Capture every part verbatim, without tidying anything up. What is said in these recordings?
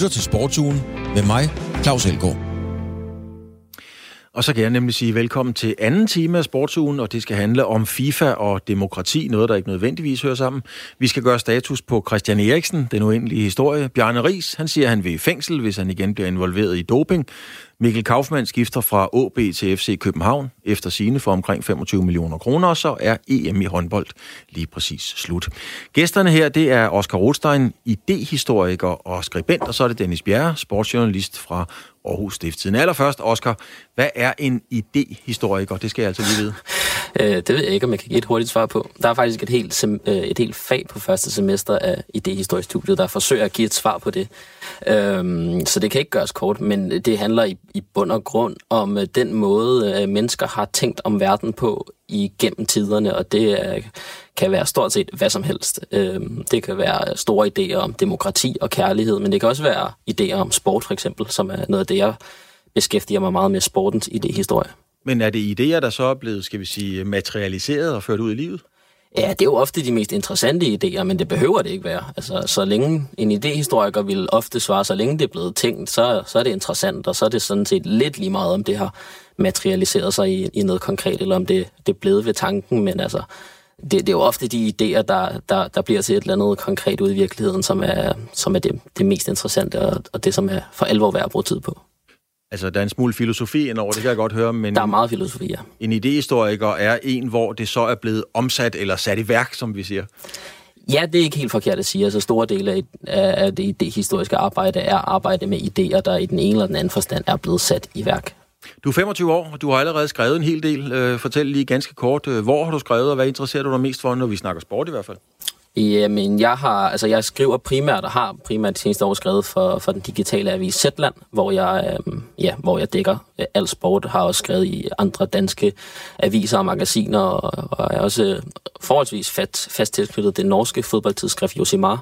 lytter til Sportsugen med mig, Claus Elgaard. Og så kan jeg nemlig sige velkommen til anden time af Sportsugen, og det skal handle om FIFA og demokrati, noget der ikke nødvendigvis hører sammen. Vi skal gøre status på Christian Eriksen, den uendelige historie. Bjarne Riis, han siger, at han vil i fængsel, hvis han igen bliver involveret i doping. Mikkel Kaufmann skifter fra A B til F C København efter sigende for omkring femogtyve millioner kroner, og så er E M i håndbold lige præcis slut. Gæsterne her, det er Oscar Rothstein, idehistoriker og skribent, og så er det Dennis Bjerre, sportsjournalist fra Aarhus Stiftstidende. Allerførst, Oscar, hvad er en idehistoriker? Det skal jeg altså lige vide. Øh, det ved jeg ikke, om jeg kan give et hurtigt svar på. Der er faktisk et helt, et helt fag på første semester af idehistorisk studiet, der forsøger at give et svar på det. Øhm, så det kan ikke gøres kort, men det handler i, i bund og grund om den måde, mennesker har tænkt om verden på igennem tiderne, og det er, kan være stort set hvad som helst. Øhm, det kan være store idéer om demokrati og kærlighed, men det kan også være idéer om sport, for eksempel, som er noget af det, jeg beskæftiger mig meget med, sportens idehistorie. Men er det idéer, der så er blevet, skal vi sige, materialiseret og ført ud i livet? Ja, det er jo ofte de mest interessante idéer, men det behøver det ikke være. Altså, så længe en idehistoriker vil ofte svare, så længe det er blevet tænkt, så, så er det interessant, og så er det sådan set lidt lige meget, om det har materialiseret sig i, i noget konkret, eller om det, det er blevet ved tanken, men altså, det, det er jo ofte de idéer, der, der, der bliver til et eller andet konkret ud i virkeligheden, som er, som er det, det mest interessante, og, og det, som er for alvor værd at bruge tid på. Altså, der er en smule filosofi indover, det kan jeg godt høre, men der er meget filosofi, ja. En idehistoriker er en, hvor det så er blevet omsat eller sat i værk, som vi siger. Ja, det er ikke helt forkert at sige. Altså, store dele af, af det idehistoriske arbejde er arbejde med idéer, der i den ene eller den anden forstand er blevet sat i værk. Du er femogtyve år, og du har allerede skrevet en hel del. Fortæl lige ganske kort, hvor har du skrevet, og hvad interesserer du dig mest for, når vi snakker sport i hvert fald? Jamen, jeg har, altså jeg skriver primært og har primært de seneste år skrevet for, for den digitale avis Zetland, hvor jeg, øh, ja, hvor jeg dækker øh, al sport, har også skrevet i andre danske aviser og magasiner, og, og er også øh, forholdsvis fast, fast tilknyttet det norske fodboldtidsskrift Josimar.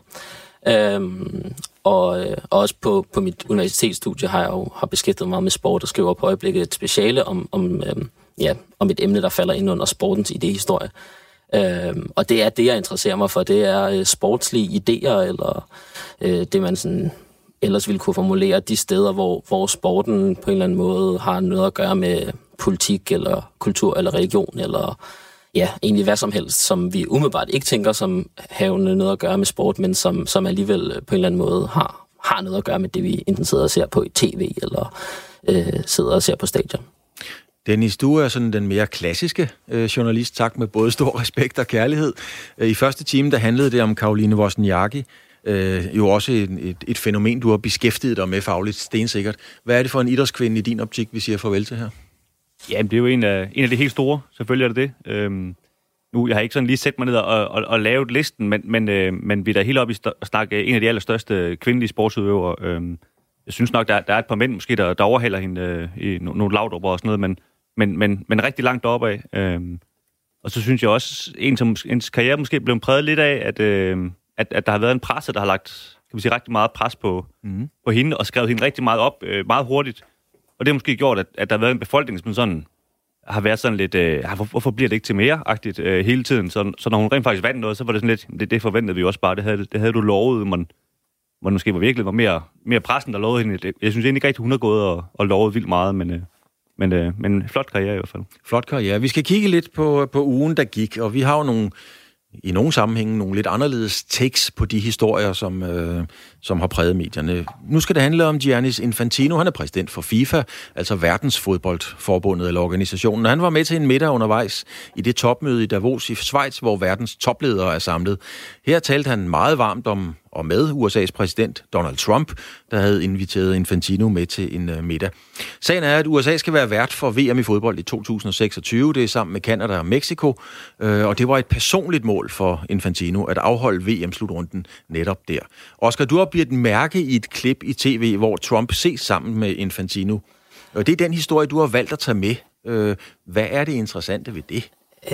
Øhm, og, øh, og også på, på mit universitetsstudie har jeg jo har beskæftiget mig med sport og skriver på øjeblikket et speciale om, om, øh, ja, om et emne, der falder ind under sportens idehistorie. Øhm, og det er det, jeg interesserer mig for. Det er øh, sportslige idéer, eller øh, det, man sådan ellers ville kunne formulere de steder, hvor, hvor sporten på en eller anden måde har noget at gøre med politik, eller kultur, eller religion, eller ja, egentlig hvad som helst, som vi umiddelbart ikke tænker som havende noget at gøre med sport, men som, som alligevel på en eller anden måde har, har noget at gøre med det, vi enten sidder og ser på i tv, eller øh, sidder og ser på stadion. Dennis, du er sådan den mere klassiske øh, journalist, sagt med både stor respekt og kærlighed. I første time, der handlede det om Caroline Wozniacki, øh, jo også et, et, et fænomen, du har beskæftiget dig med fagligt, stensikkert. Hvad er det for en idrætskvinde i din optik, vi siger farvel til her? Ja, det er jo en af, en af de helt store, selvfølgelig er det det. Øhm, nu, jeg har ikke sådan lige sat mig ned og, og, og lavet listen, men, men, øh, men vi er da helt oppe i at snakke en af de allerstørste kvindelige sportsudøvere. Øhm, jeg synes nok, der, der er et par mænd måske, der, der overhælder hende øh, i nogle lavdrupper og sådan noget, men Men, men, men rigtig langt deroppe af. Øhm, og så synes jeg også, en som ens karriere måske blev præget lidt af, at, øh, at, at der har været en presse, der har lagt kan man sige, rigtig meget pres på, mm. på hende, og skrevet hende rigtig meget op, øh, meget hurtigt. Og det har måske gjort, at, at der har været en befolkning, som sådan har været sådan lidt, øh, hvor, hvorfor bliver det ikke til mere-agtigt øh, hele tiden? Så, så når hun rent faktisk vandt noget, så var det sådan lidt, det, det forventede vi også bare, det havde, det havde du lovet, man, man måske var virkelig var mere, mere pressen, der lovede hende. Jeg synes egentlig ikke rigtig, hun har gået og, og lovet vildt meget, men... Øh, Men, øh, men flot karriere i hvert fald. Flot karriere. Vi skal kigge lidt på, på ugen, der gik, og vi har jo nogle, i nogle sammenhænge nogle lidt anderledes takes på de historier, som, øh, som har præget medierne. Nu skal det handle om Giannis Infantino. Han er præsident for FIFA, altså verdensfodboldforbundet eller organisationen. Han var med til en middag undervejs i det topmøde i Davos i Schweiz, hvor verdens topledere er samlet. Her talte han meget varmt om og med U S A's præsident Donald Trump, der havde inviteret Infantino med til en uh, middag. Sagen er, at U S A skal være vært for V M i fodbold i to tusind seksogtyve. Det er sammen med Canada og Mexico, øh, og det var et personligt mål for Infantino at afholde V M-slutrunden netop der. Oscar, du har blivet mærke i et klip i tv, hvor Trump ses sammen med Infantino. Og det er den historie, du har valgt at tage med. Øh, hvad er det interessante ved det?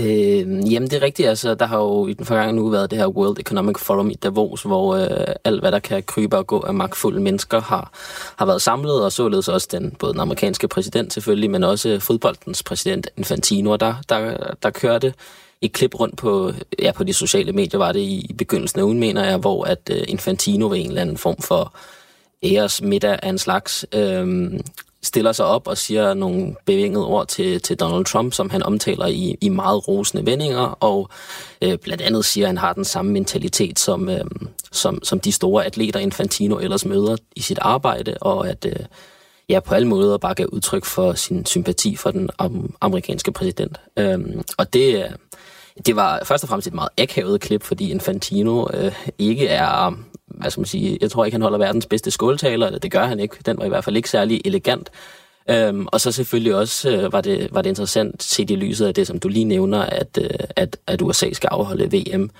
Øh, jamen det er rigtigt, altså der har jo i den forgangne uge været det her World Economic Forum i Davos, hvor øh, alt hvad der kan krybe og gå af magtfulde mennesker har, har været samlet, og således også den, både den amerikanske præsident selvfølgelig, men også fodboldens præsident Infantino, og der, der, der kørte et klip rundt på, ja, på de sociale medier, var det i begyndelsen af ugen, mener jeg, hvor at øh, Infantino ved en eller anden form for æresmiddag af en slags, øh, stiller sig op og siger nogle bevingede ord til, til Donald Trump, som han omtaler i, i meget rosende vendinger, og øh, blandt andet siger, at han har den samme mentalitet, som, øh, som, som de store atleter Infantino ellers møder i sit arbejde, og at øh, ja, på alle måder bare gav udtryk for sin sympati for den am- amerikanske præsident. Øh, og det, det var først og fremmest et meget akavet klip, fordi Infantino øh, ikke er... hvad skal man sige, jeg tror ikke, han holder verdens bedste skåltaler, eller det gør han ikke. Den var i hvert fald ikke særlig elegant. Øhm, og så selvfølgelig også øh, var, det, var det interessant set i lyset af det, som du lige nævner, at, øh, at, at U S A skal afholde V M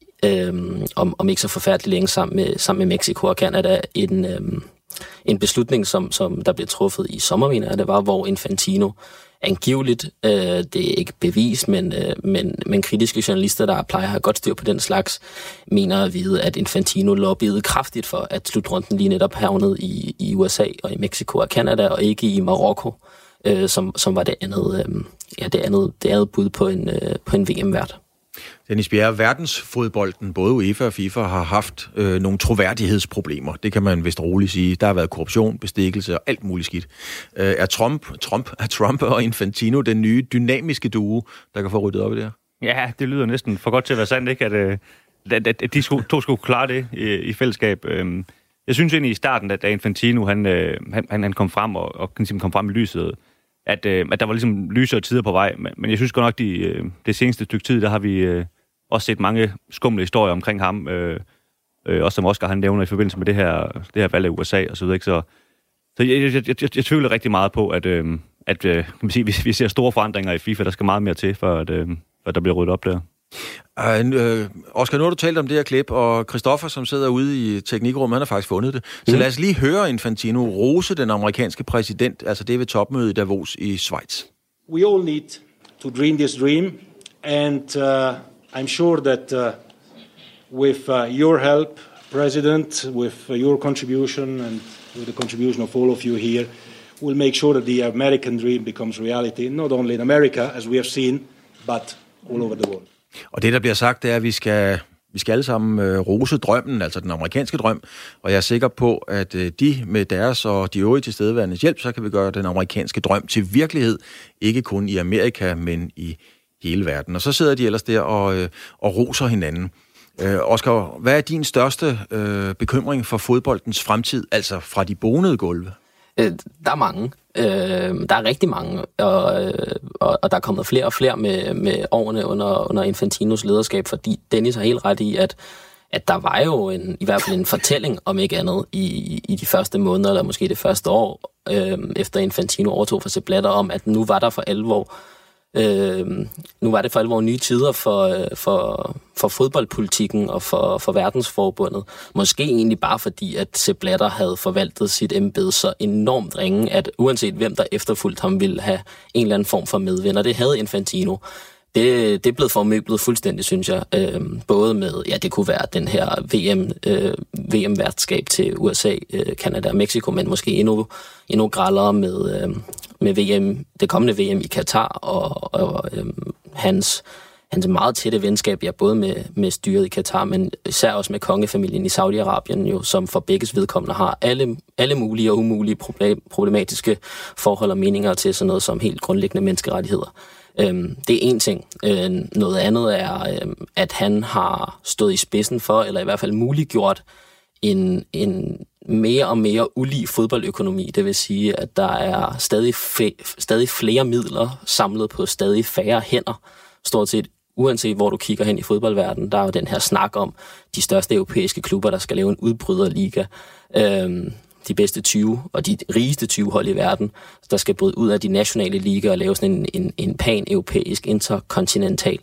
øhm, om, om ikke så forfærdeligt længe sammen med, sammen med Mexico og Canada. En, øhm, en beslutning, som, som der blev truffet i sommer, mener jeg, det var, hvor Infantino angiveligt, øh, det er ikke bevis, men, øh, men, men kritiske journalister, der plejer at have godt styr på den slags, mener at vide, at Infantino lobbyede kraftigt for, at slutrunden lige netop havnede i, i U S A og i Mexico og Canada, og ikke i Marokko, øh, som, som var det andet, øh, ja, det andet, det andet bud på en, øh, på en V M-vært. Dennis Bjerre, verdensfodbolden, både UEFA og FIFA, har haft øh, nogle troværdighedsproblemer. Det kan man vist roligt sige. Der har været korruption, bestikkelse og alt muligt skidt. Øh, er, Trump, Trump, er Trump og Infantino den nye dynamiske duo, der kan få ryddet op i det her? Ja, det lyder næsten for godt til at være sandt, ikke? At, at, at de to skulle klare det i, i fællesskab. Jeg synes egentlig i starten, at da Infantino han, han, han kom frem og, og kom frem i lyset, at, at der var ligesom lysere tider på vej. Men jeg synes godt nok, de, det seneste stykke tid, der har vi også set mange skumle historier omkring ham. Øh, øh, også som Oscar han nævner i forbindelse med det her, det her valg af U S A og så videre. Ikke? Så, så jeg, jeg, jeg, jeg tvivler rigtig meget på, at, øh, at øh, kan man sige, vi, vi ser store forandringer i FIFA. Der skal meget mere til, for at, øh, for at der bliver ryddet op der. Uh, øh, Oscar, nu har du talt om det her klip, og Christoffer, som sidder ude i teknikrummet, han har faktisk fundet det. Så mm. lad os lige høre Infantino rose den amerikanske præsident, altså det ved topmødet i Davos i Schweiz. We all need to dream this dream, and uh, I'm sure that uh, with uh, your help, President, with uh, your contribution and with the contribution of all of you here, we'll make sure that the American dream becomes reality, not only in America, as we have seen, but all over the world. Og det, der bliver sagt, det er, at vi skal, vi skal alle sammen øh, rose drømmen, altså den amerikanske drøm, og jeg er sikker på, at øh, de med deres og de øvrige tilstedeværendes hjælp, så kan vi gøre den amerikanske drøm til virkelighed, ikke kun i Amerika, men i hele verden. Og så sidder de ellers der og, øh, og roser hinanden. Øh, Oscar, hvad er din største øh, bekymring for fodboldens fremtid, altså fra de bonede gulve? Øh, der er mange. Øh, der er rigtig mange, og, og, og der er kommet flere og flere med, med årene under, under Infantinos lederskab, fordi Dennis har helt ret i, at, at der var jo en, i hvert fald en fortælling, om ikke andet, i, i de første måneder, eller måske det første år, øh, efter Infantino overtog for Sepp Blatter, om at nu var der for alvor Øh, nu var det for alvor nye tider for, for, for fodboldpolitikken og for, for verdensforbundet. Måske egentlig bare fordi, at Sepp Blatter havde forvaltet sit embede så enormt ringe, at uanset hvem der efterfulgte ham, ville have en eller anden form for medvind, og det havde Infantino. Det, det er blevet formøblet fuldstændig, synes jeg. Øh, både med, ja, det kunne være den her V M, øh, V M-værtskab til U S A, øh, Canada og Mexico, men måske endnu, endnu grellere med, øh, med V M, det kommende V M i Katar, og, og øh, hans, hans meget tætte venskab, ja, både med, med styret i Katar, men især også med kongefamilien i Saudi-Arabien, jo, som for begges vedkommende har alle, alle mulige og umulige problem, problematiske forhold og meninger til sådan noget som helt grundlæggende menneskerettigheder. Øhm, det er en ting. Øh, noget andet er, øh, at han har stået i spidsen for, eller i hvert fald muliggjort, en, en mere og mere ulig fodboldøkonomi. Det vil sige, at der er stadig, fe- stadig flere midler samlet på stadig færre hænder. Stort set uanset hvor du kigger hen i fodboldverdenen, der er jo den her snak om de største europæiske klubber, der skal lave en udbryderliga. Øhm, de bedste tyve og de rigeste tyve hold i verden, der skal bryde ud af de nationale ligaer og lave sådan en, en, en pan-europæisk interkontinental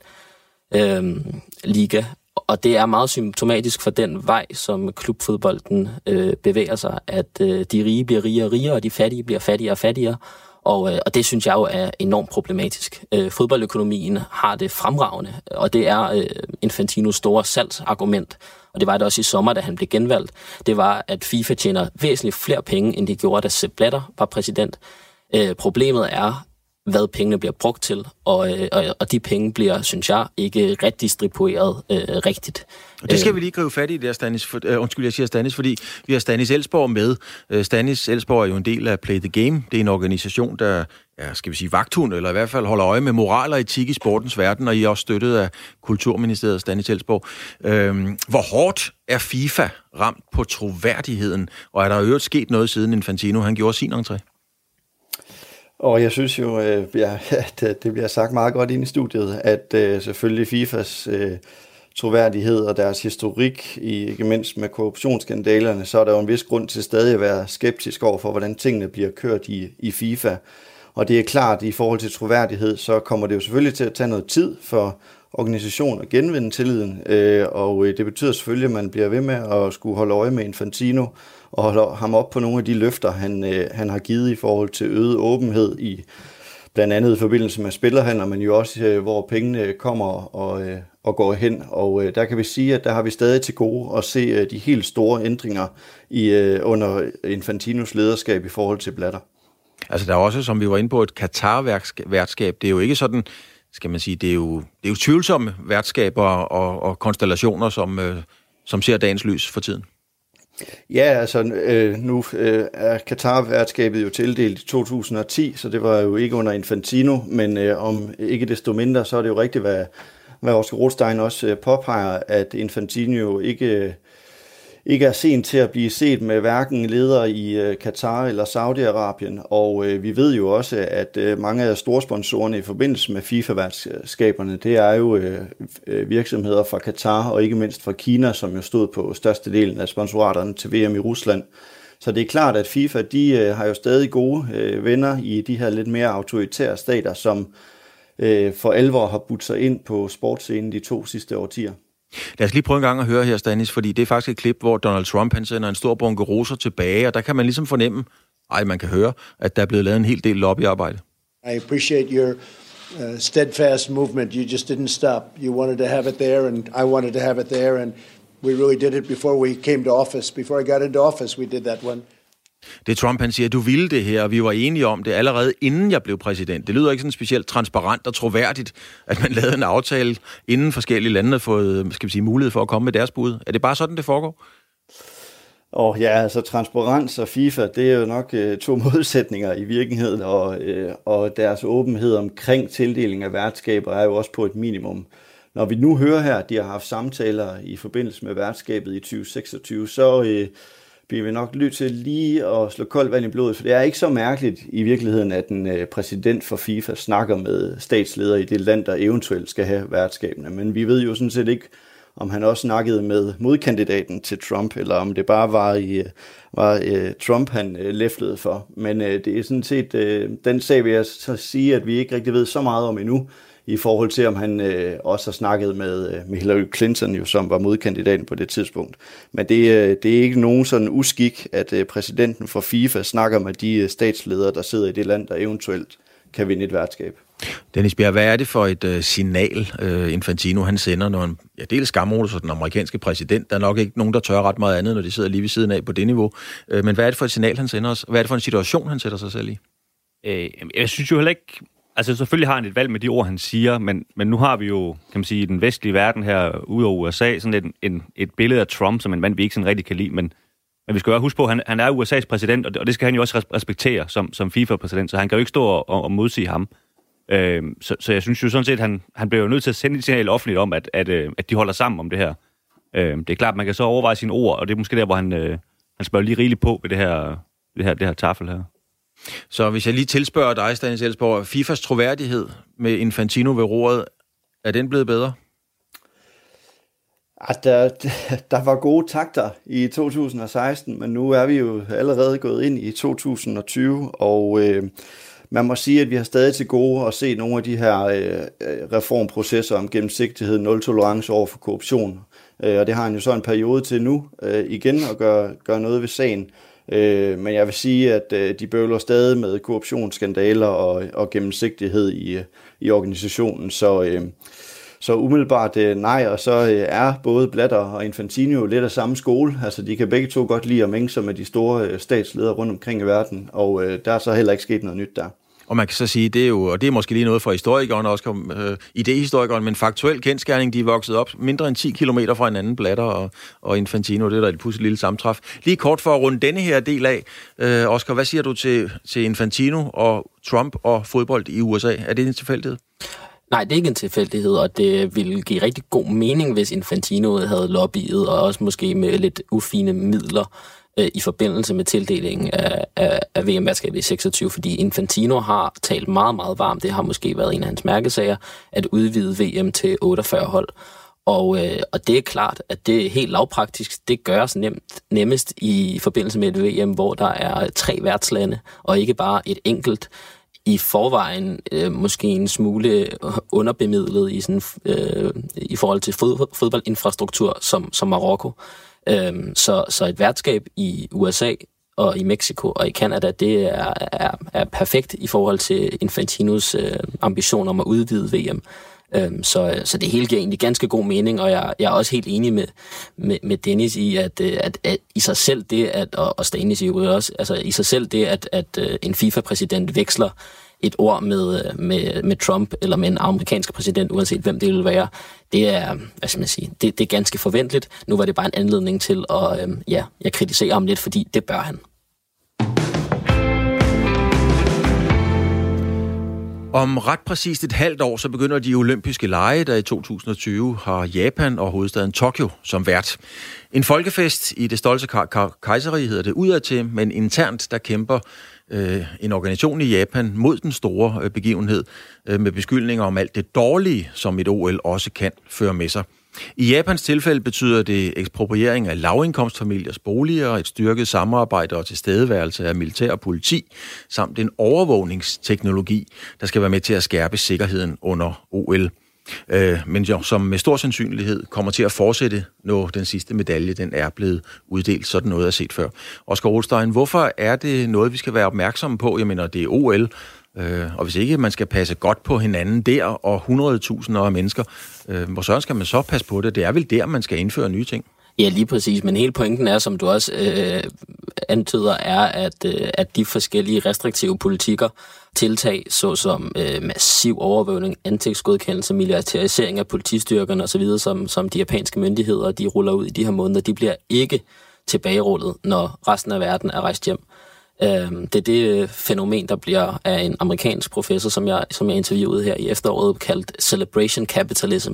øhm, liga. Og det er meget symptomatisk for den vej, som klubfodbolden øh, bevæger sig, at øh, de rige bliver rigere og rigere, og de fattige bliver fattigere og fattigere. Og, øh, og det synes jeg jo er enormt problematisk. Øh, fodboldøkonomien har det fremragende, og det er øh, Infantinos store salgsargument. Og det var det også i sommer, da han blev genvalgt. Det var, at FIFA tjener væsentligt flere penge, end de gjorde, da Sepp Blatter var præsident. Øh, problemet er, hvad pengene bliver brugt til, og, øh, og, og de penge bliver, synes jeg, ikke redistribueret øh, rigtigt. Og det skal vi lige gribe fat i der, Stanis. For, uh, undskyld, jeg siger Stanis, fordi vi har Stanis Elsborg med. Uh, Stanis Elsborg er jo en del af Play the Game. Det er en organisation, der, ja, skal vi sige, vagthund, eller i hvert fald holder øje med moral og etik i sportens verden, og I er også støttet af Kulturministeriet, Stanis Elsborg. Uh, hvor hårdt er FIFA ramt på troværdigheden, og er der øvrigt sket noget siden Infantino, han gjorde sin entré? Og jeg synes jo, at det bliver sagt meget godt ind i studiet, at selvfølgelig FIFAs troværdighed og deres historik, ikke mindst med korruptionsskandalerne, så er der jo en vis grund til stadig at være skeptisk over for, hvordan tingene bliver kørt i, i FIFA. Og det er klart, at i forhold til troværdighed, så kommer det jo selvfølgelig til at tage noget tid for organisationen at genvinde tilliden, og det betyder selvfølgelig, at man bliver ved med at skulle holde øje med Infantino og holde ham op på nogle af de løfter, han, han har givet i forhold til øget åbenhed i blandt andet i forbindelse med spillerhandler, men jo også hvor pengene kommer og, og går hen. Og der kan vi sige, at der har vi stadig til gode at se de helt store ændringer i, under Infantinos lederskab i forhold til Blatter. Altså der er også, som vi var inde på, et Katar-værtskab. Det er jo ikke sådan, skal man sige, det er jo, det er jo tvivlsomme værtskaber og, og konstellationer, som, øh, som ser dagens lys for tiden. Ja, altså øh, nu øh, er Katar-værtskabet jo tildelt i to tusind og ti, så det var jo ikke under Infantino, men øh, om ikke desto mindre, så er det jo rigtigt, hvad, hvad Oscar Rothstein også øh, påpeger, at Infantino jo ikke, øh, ikke er sent til at blive set med hverken ledere i øh, Katar eller Saudi-Arabien, og øh, vi ved jo også, at øh, mange af storsponsorerne i forbindelse med FIFA-værtskaberne, det er jo øh, virksomheder fra Katar og ikke mindst fra Kina, som jo stod på størstedelen af sponsoraterne til V M i Rusland. Så det er klart, at FIFA de øh, har jo stadig gode øh, venner i de her lidt mere autoritære stater, som øh, for alvor har budt sig ind på sportsscenen de to sidste årtier. Lad os lige prøve en gang at høre her, Stanis, fordi det er faktisk et klip, hvor Donald Trump han sender en stor bunke roser tilbage, og der kan man ligesom fornemme, ej, man kan høre, at der er blevet lavet en hel del lobbyarbejde. I appreciate your uh, steadfast movement. You just didn't stop. You wanted to have it there, and I wanted to have it there, and we really did it before we came to office. Before I got into office, we did that one. Det Trump, han siger, du ville det her, og vi var enige om det allerede inden jeg blev præsident. Det lyder ikke sådan specielt transparent og troværdigt, at man lavede en aftale, inden forskellige lande havde fået, skal vi sige, mulighed for at komme med deres bud. Er det bare sådan, det foregår? Og ja, altså transparens og FIFA, det er jo nok øh, to modsætninger i virkeligheden, og, øh, og deres åbenhed omkring tildeling af værtskaber er jo også på et minimum. Når vi nu hører her, at de har haft samtaler i forbindelse med værtskabet i tyve seksogtyve, så øh, bliver vi nok nødt til lige at slå koldt vand i blodet, for det er ikke så mærkeligt i virkeligheden, at en øh, præsident for FIFA snakker med statsledere i det land, der eventuelt skal have værtskabene. Men vi ved jo sådan set ikke, om han også snakkede med modkandidaten til Trump, eller om det bare var, i, var uh, Trump, han uh, læflede for. Men uh, det er sådan set, uh, den sag vil jeg så sige, at vi ikke rigtig ved så meget om endnu, i forhold til, om han uh, også har snakket med, uh, med Hillary Clinton, jo, som var modkandidaten på det tidspunkt. Men det, uh, det er ikke nogen sådan uskik, at uh, præsidenten for FIFA snakker med de uh, statsledere, der sidder i det land, der eventuelt kan vinde et værtskab. Dennis Bjerg, hvad er det for et uh, signal, uh, Infantino han sender, når han ja, dels skamroser den amerikanske præsident? Der er nok ikke nogen, der tør ret meget andet, når de sidder lige ved siden af på det niveau. Uh, men hvad er det for et signal, han sender os? Hvad er det for en situation, han sætter sig selv i? Øh, jeg synes jo heller ikke... Altså selvfølgelig har han et valg med de ord, han siger, men, men nu har vi jo, kan man sige, i den vestlige verden her, ud over U S A, sådan et, en, et billede af Trump, som en mand, vi ikke sådan rigtig kan lide, men, men vi skal jo huske på, at han, han er U S A's præsident, og det, og det skal han jo også respektere som, som FIFA-præsident, så han kan jo ikke stå og, og modsige ham. Øh, så, så jeg synes jo sådan set, at han, han bliver jo nødt til at sende et signal offentligt om, at, at, at de holder sammen om det her. Øh, det er klart, man kan så overveje sine ord, og det er måske der, hvor han, øh, han spørger lige rigeligt på ved det her, det her, det her tafel her. Så hvis jeg lige tilspørger dig, Stanis Elsborg, FIFAs troværdighed med Infantino ved roret, er den blevet bedre? At der, der var gode takter i to tusind og seksten, men nu er vi jo allerede gået ind i to tusind og tyve, og øh, man må sige, at vi har stadig til gode at se nogle af de her øh, reformprocesser om gennemsigtighed, nul-tolerance over for korruption. Øh, og det har han jo så en periode til nu øh, igen at gøre, gøre noget ved sagen. Øh, men jeg vil sige, at øh, de bøvler stadig med korruptionsskandaler og, og gennemsigtighed i, i organisationen. Så, øh, så umiddelbart øh, nej, og så øh, er både Blatter og Infantino lidt af samme skole. Altså de kan begge to godt lide at mænge sig med de store øh, statsledere rundt omkring i verden, og øh, der er så heller ikke sket noget nyt der. Og man kan så sige, det er jo, og det er måske lige noget for historikeren, også øh, idehistorikeren, men faktuel kendsgerning, de er vokset op mindre end ti kilometer fra hinanden, Blatter og, og Infantino. Det er da et pudsigt lille sammentræf. Lige kort for at runde denne her del af, øh, Oscar, hvad siger du til, til Infantino og Trump og fodbold i U S A? Er det en tilfældighed? Nej, det er ikke en tilfældighed, og det ville give rigtig god mening, hvis Infantino havde lobbyet, og også måske med lidt ufine midler øh, i forbindelse med tildelingen af, af, af V M-værtskabet i seksogtyve, fordi Infantino har talt meget, meget varmt. Det har måske været en af hans mærkesager, at udvide V M til otteogfyrre hold. Og, øh, og det er klart, at det er helt lavpraktisk. Det gøres nemt, nemmest i forbindelse med et V M, hvor der er tre værtslande, og ikke bare et enkelt. I forvejen øh, måske en smule underbemidlet i, sådan, øh, i forhold til fod, fodboldinfrastruktur som, som Marokko. Øhm, så, så et værtskab i U S A og i Mexico og i Canada, det er, er, er perfekt i forhold til Infantinos øh, ambition om at udvide V M. Øhm, så, så det hele giver egentlig ganske god mening, og jeg, jeg er også helt enig med, med, med Dennis i, at, at, at i sig selv det, at, og, og Stanis i også, altså i sig selv det, at, at en FIFA-præsident veksler et ord med, med, med Trump eller med en amerikansk præsident, uanset hvem det vil være, det er, hvad skal man sige, det, det er ganske forventeligt. Nu var det bare en anledning til at, øhm, ja, jeg kritiserer ham lidt, fordi det bør han. Om ret præcist et halvt år, så begynder de olympiske lege, der i to tusind og tyve har Japan og hovedstaden Tokyo som vært. En folkefest i det stolte kejserrige hedder det udadtil, men internt der kæmper øh, en organisation i Japan mod den store øh, begivenhed øh, med beskyldninger om alt det dårlige, som et O L også kan føre med sig. I Japans tilfælde betyder det ekspropriering af lavindkomstfamiliers boliger, et styrket samarbejde og tilstedeværelse af militær og politi, samt en overvågningsteknologi, der skal være med til at skærpe sikkerheden under O L. Øh, men jo, som med stor sandsynlighed kommer til at fortsætte, når den sidste medalje den er blevet uddelt. Sådan noget er set før. Oscar Olstein, hvorfor er det noget, vi skal være opmærksomme på? Jeg mener, det er O L. Øh, og hvis ikke man skal passe godt på hinanden der, og hundredtusinder af mennesker, øh, hvor så skal man så passe på det? Det er vel der, man skal indføre nye ting? Ja, lige præcis. Men hele pointen er, som du også øh, antyder, er, at, øh, at de forskellige restriktive politikker, tiltag, såsom øh, massiv overvågning, ansigtsgodkendelse, militarisering af politistyrkerne osv., som, som de japanske myndigheder de ruller ud i de her måneder, de bliver ikke tilbagerullet, når resten af verden er rejst hjem. Det er det fænomen, der bliver af en amerikansk professor, som jeg, som jeg interviewede her i efteråret, kaldt Celebration Capitalism,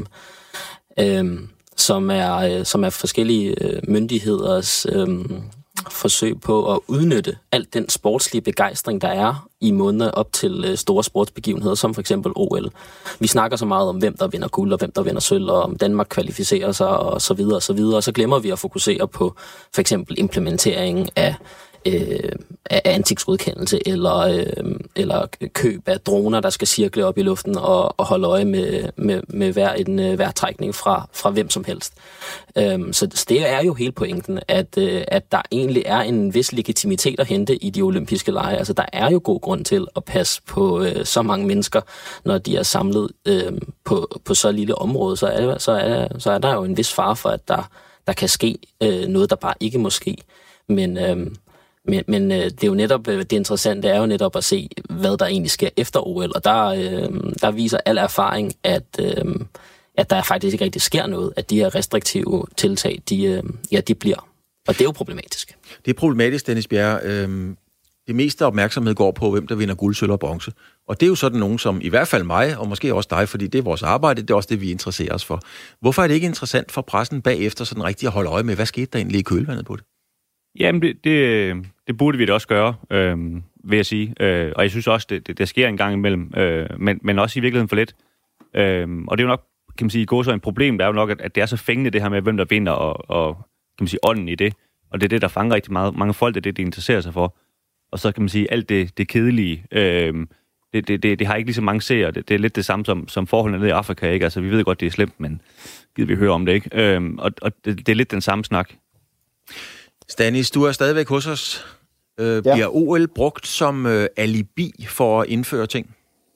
som er, som er forskellige myndigheders forsøg på at udnytte alt den sportslige begejstring, der er i måneder op til store sportsbegivenheder, som for eksempel O L. Vi snakker så meget om, hvem der vinder guld, og hvem der vinder sølv, og om Danmark kvalificerer sig, og så videre, og så videre. Og så glemmer vi at fokusere på for eksempel implementeringen af Øh, af ansigtsgodkendelse eller, øh, eller køb af droner, der skal cirkle op i luften og, og holde øje med, med, med hver en øh, vejrtrækning fra, fra hvem som helst. Øhm, så, så det er jo hele pointen, at, øh, at der egentlig er en vis legitimitet at hente i de olympiske lege. Altså der er jo god grund til at passe på øh, så mange mennesker, når de er samlet øh, på, på så lille område, så er, så, er, så er der jo en vis fare for, at der, der kan ske øh, noget, der bare ikke må ske. Men øh, Men, men øh, det er jo netop, det interessante er jo netop at se, hvad der egentlig sker efter O L, og der, øh, der viser al erfaring, at, øh, at der faktisk ikke rigtig sker noget, at de her restriktive tiltag, de, øh, ja, de bliver. Og det er jo problematisk. Det er problematisk, Dennis Bjerre. Øh, det meste opmærksomhed går på, hvem der vinder guld, sølv og bronze. Og det er jo sådan nogen som i hvert fald mig, og måske også dig, fordi det er vores arbejde, det er også det, vi interesserer os for. Hvorfor er det ikke interessant for pressen bagefter sådan rigtigt at holde øje med, hvad skete der egentlig i kølvandet på det? Jamen, det, det, det burde vi da også gøre, øh, vil jeg sige. Øh, og jeg synes også, det, det, det sker en gang imellem, øh, men, men også i virkeligheden for lidt. Øh, og det er jo nok, kan man sige, gå så en problem, der er jo nok, at, at det er så fængende det her med, hvem der vinder, og, og kan man sige, ånden i det. Og det er det, der fanger rigtig meget, mange folk, det er det, de interesserer sig for. Og så kan man sige, alt det, det kedelige, øh, det, det, det, det har ikke lige så mange seere. Det, det er lidt det samme som, som forholdene nede i Afrika, ikke? Altså, vi ved godt, det er slemt, men gider vi høre om det, ikke? Øh, og og det, det er lidt den samme snak. Stanis, du er stadigvæk hos os. Øh, ja. Bliver O L brugt som øh, alibi for at indføre ting?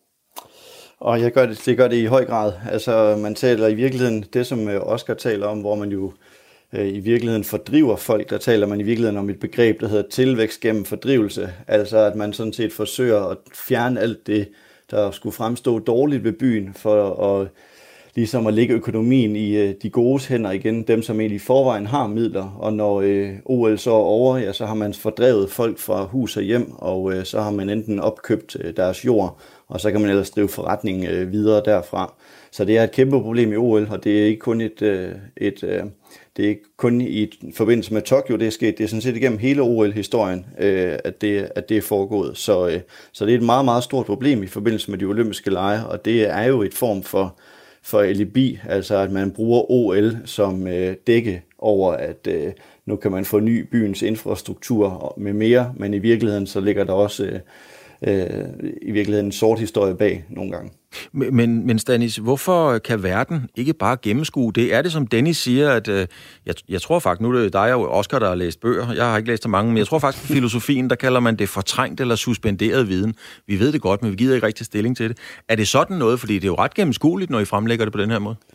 Og jeg gør det, det gør det i høj grad. Altså, man taler i virkeligheden det, som Oscar taler om, hvor man jo i virkeligheden fordriver folk. Der taler man i virkeligheden om et begreb, der hedder tilvækst gennem fordrivelse. Altså at man sådan set forsøger at fjerne alt det, der skulle fremstå dårligt ved byen, for at, ligesom at lægge økonomien i de godes hænder igen, dem som egentlig i forvejen har midler. Og når øh, O L så er over, ja, så har man fordrevet folk fra hus og hjem, og øh, så har man enten opkøbt øh, deres jord, og så kan man ellers drive forretning øh, videre derfra. Så det er et kæmpe problem i O L, og det er ikke kun et, øh, et øh, det er ikke kun i forbindelse med Tokyo, det er sket. Det er sådan set igennem hele O L-historien, øh, at, det, at det er foregået. Så, øh, så det er et meget, meget stort problem i forbindelse med de olympiske lege, og det er jo et form for, for alibi, altså at man bruger O L som øh, dække over, at øh, nu kan man forny byens infrastruktur med mere, men i virkeligheden så ligger der også øh, øh, i virkeligheden en sort historie bag nogle gange. Men, men Stanis, hvorfor kan verden ikke bare gennemskue det? Er det, som Dennis siger, at øh, jeg, jeg tror faktisk, nu er det dig og Oscar, der har læst bøger, jeg har ikke læst så mange, men jeg tror faktisk, at filosofien, der kalder man det fortrængt eller suspenderet viden. Vi ved det godt, men vi giver ikke rigtig stilling til det. Er det sådan noget, fordi det er jo ret gennemskueligt, når I fremlægger det på den her måde?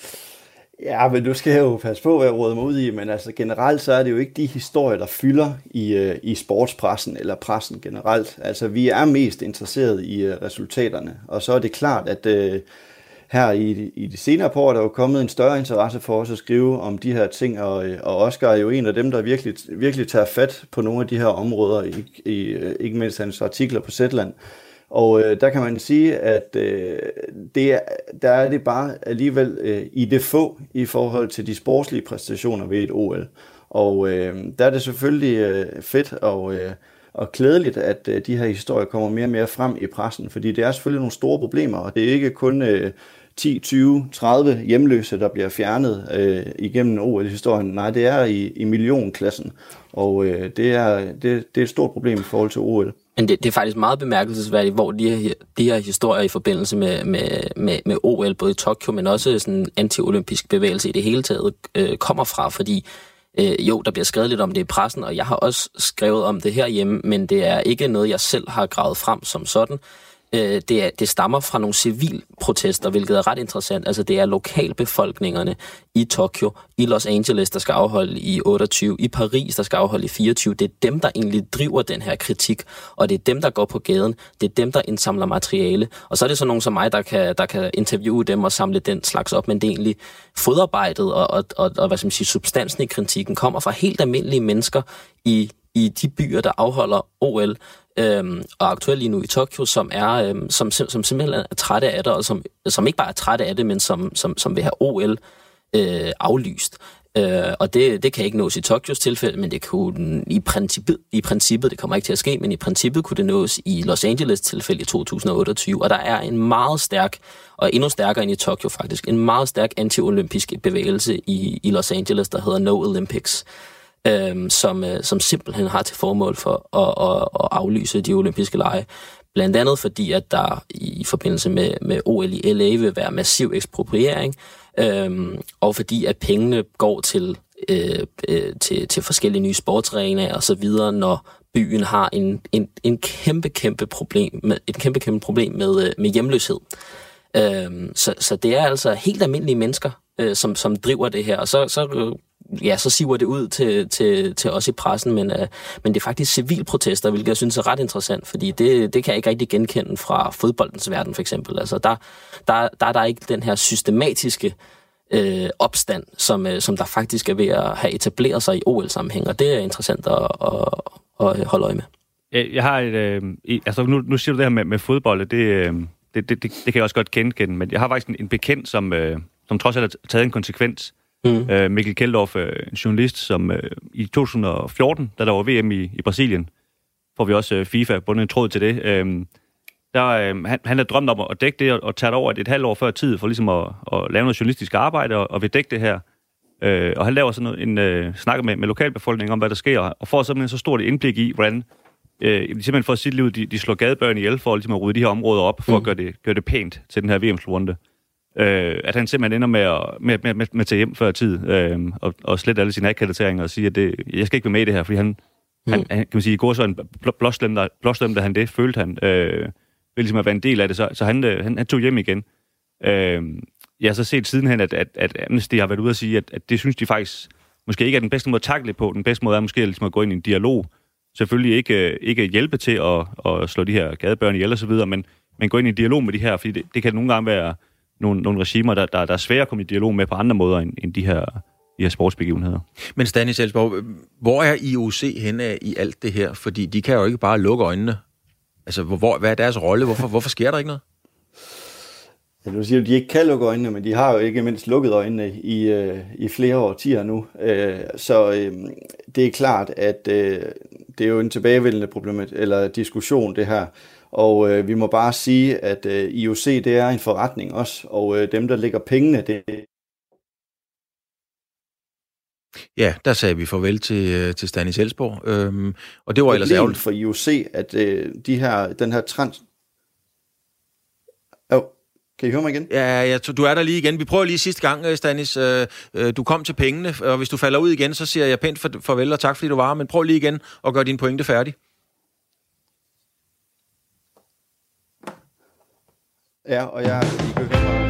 Ja, men nu skal jeg jo passe på, hvad jeg råder mig ud i, men altså generelt så er det jo ikke de historier, der fylder i, i sportspressen eller pressen generelt. Altså vi er mest interesseret i resultaterne, og så er det klart, at uh, her i, i de senere par år, der er jo kommet en større interesse for os at skrive om de her ting, og, og Oscar er jo en af dem, der virkelig, virkelig tager fat på nogle af de her områder, i, i, ikke mindst hans artikler på Zetland. Og øh, der kan man sige, at øh, det er, der er det bare alligevel øh, i det få i forhold til de sportslige præstationer ved et O L. Og øh, der er det selvfølgelig øh, fedt og, øh, og klædeligt, at øh, de her historier kommer mere og mere frem i pressen, fordi det er selvfølgelig nogle store problemer, og det er ikke kun øh, ti, tyve, tredive hjemløse, der bliver fjernet øh, igennem O L-historien. Nej, det er i, i millionklassen, og øh, det, er, det, det er et stort problem i forhold til O L. Men det, det er faktisk meget bemærkelsesværdigt, hvor de her, de her historier i forbindelse med, med, med, med O L, både i Tokyo, men også sådan en anti-olympisk bevægelse i det hele taget, øh, kommer fra, fordi øh, jo, der bliver skrevet lidt om det i pressen, og jeg har også skrevet om det herhjemme, men det er ikke noget, jeg selv har gravet frem som sådan. Øh, det, er, det stammer fra nogle civilprotester, hvilket er ret interessant. Altså det er lokalbefolkningerne i Tokyo, i Los Angeles, der skal afholde i otteogtyve, i Paris, der skal afholde i fireogtyve. Det er dem, der egentlig driver den her kritik, og det er dem, der går på gaden. Det er dem, der indsamler materiale. Og så er det så nogen som mig, der kan, der kan interviewe dem og samle den slags op, men det er egentlig fodarbejdet og, og, og, og hvad skal man sige, substansen i kritikken kommer fra helt almindelige mennesker i, i de byer, der afholder O L. Øhm, og aktuelt lige nu i Tokyo, som er øhm, som, som simpelthen er trætte af det, og som, som ikke bare er trætte af det, men som, som, som vil have O L øh, aflyst. Øh, og det, det kan ikke nås i Tokyos tilfælde, men det kunne i princippet, i princippet, det kommer ikke til at ske, men i princippet kunne det nås i Los Angeles tilfælde i to tusind og otteogtyve. Og der er en meget stærk, og endnu stærkere end i Tokyo faktisk, en meget stærk anti-olympisk bevægelse i, i Los Angeles, der hedder No Olympics. Øhm, som, øh, som simpelthen har til formål for at, at, at aflyse de olympiske lege. Blandt andet fordi, at der i forbindelse med, med O L i L A vil være massiv ekspropriering, øhm, og fordi at pengene går til, øh, øh, til, til forskellige nye sportsarenaer og så videre, når byen har en, en, en kæmpe, kæmpe problem med, et kæmpe, kæmpe problem med, med hjemløshed. Øhm, så, så det er altså helt almindelige mennesker, øh, som, som driver det her, og så, så ja, så siver det ud til, til, til os i pressen, men, uh, men det er faktisk civilprotester, hvilket jeg synes er ret interessant, fordi det, det kan jeg ikke rigtig genkende fra fodboldens verden, for eksempel. Altså, der, der, der er der ikke den her systematiske øh, opstand, som, øh, som der faktisk er ved at have etableret sig i O L-sammenhæng, og det er interessant at, at, at holde øje med. Jeg har et... Øh, altså, nu, nu siger du det her med, med fodbold, det, øh, det, det, det, det kan jeg også godt genkende, men jeg har faktisk en, en bekendt, som, øh, som trods alt har taget en konsekvens. Mm. Øh, Mikkel Kjeldorf, øh, en journalist, som øh, i to tusind og fjorten, da der var V M i, i Brasilien, får vi også øh, FIFA bundet en tråd til det. Øh, der, øh, han, han havde drømt om at dække det og, og tage det over et, et halvt år før tid for ligesom at, at lave noget journalistisk arbejde og, og vil dække det her. Øh, og han laver sådan noget, en øh, snakker med, med lokalbefolkningen om, hvad der sker, og får simpelthen så stort et indblik i, hvordan øh, simpelthen for sit liv, de, de slår gadebørn ihjel for ligesom at rydde de her områder op, for mm. at gøre det, gøre det pænt til den her V M-slurrunde. Øh, at han simpelthen ender med at, med, med, med, med at tage hjem før tid, øh, og, og slette alle sine akkrediteringer og sige, at det, jeg skal ikke være med i det her, fordi han, mm. han, han kan man sige, i går så en blåstemte han det, følte han, øh, ved ligesom at være en del af det, så, så han, han, han tog hjem igen. Øh, jeg har så set sidenhen, at, at, at Amnesty har været ude at sige, at, at det synes de faktisk måske ikke er den bedste måde at takle på. Den bedste måde er måske ligesom at gå ind i en dialog. Selvfølgelig ikke, ikke hjælpe til at, at slå de her gadebørn ihjel og så videre, men, men gå ind i en dialog med de her, fordi det, det kan nogle gange være nogle, nogle regimer, der, der, der er svære at komme i dialog med på andre måder end, end de her, de her sportsbegivenheder. Men Stanis Elsborg, hvor er I O C henne i alt det her? Fordi de kan jo ikke bare lukke øjnene. Altså, hvor, hvad er deres rolle? Hvorfor, hvorfor sker der ikke noget? Ja, du siger, at de ikke kan lukke øjnene, men de har jo ikke mindst lukket øjnene i, øh, i flere årtier nu. Øh, så øh, det er klart, at øh, det er jo en tilbagevendende problem, eller diskussion, det her. Og øh, vi må bare sige, at øh, I O C, det er en forretning også, og øh, dem, der lægger pengene, det. Ja, der sagde vi farvel til, til Stanis Elsborg, øhm, og det var ellers ærgerligt for I O C, at øh, de her, den her trans... Oh. Kan I høre mig igen? Ja, ja, du er der lige igen. Vi prøver lige sidste gang, Stanis. Du kom til pengene, og hvis du falder ud igen, så siger jeg pænt farvel og tak, fordi du var. Men prøv lige igen og gør din pointe færdig. Ja, og jeg... I kan høre mig.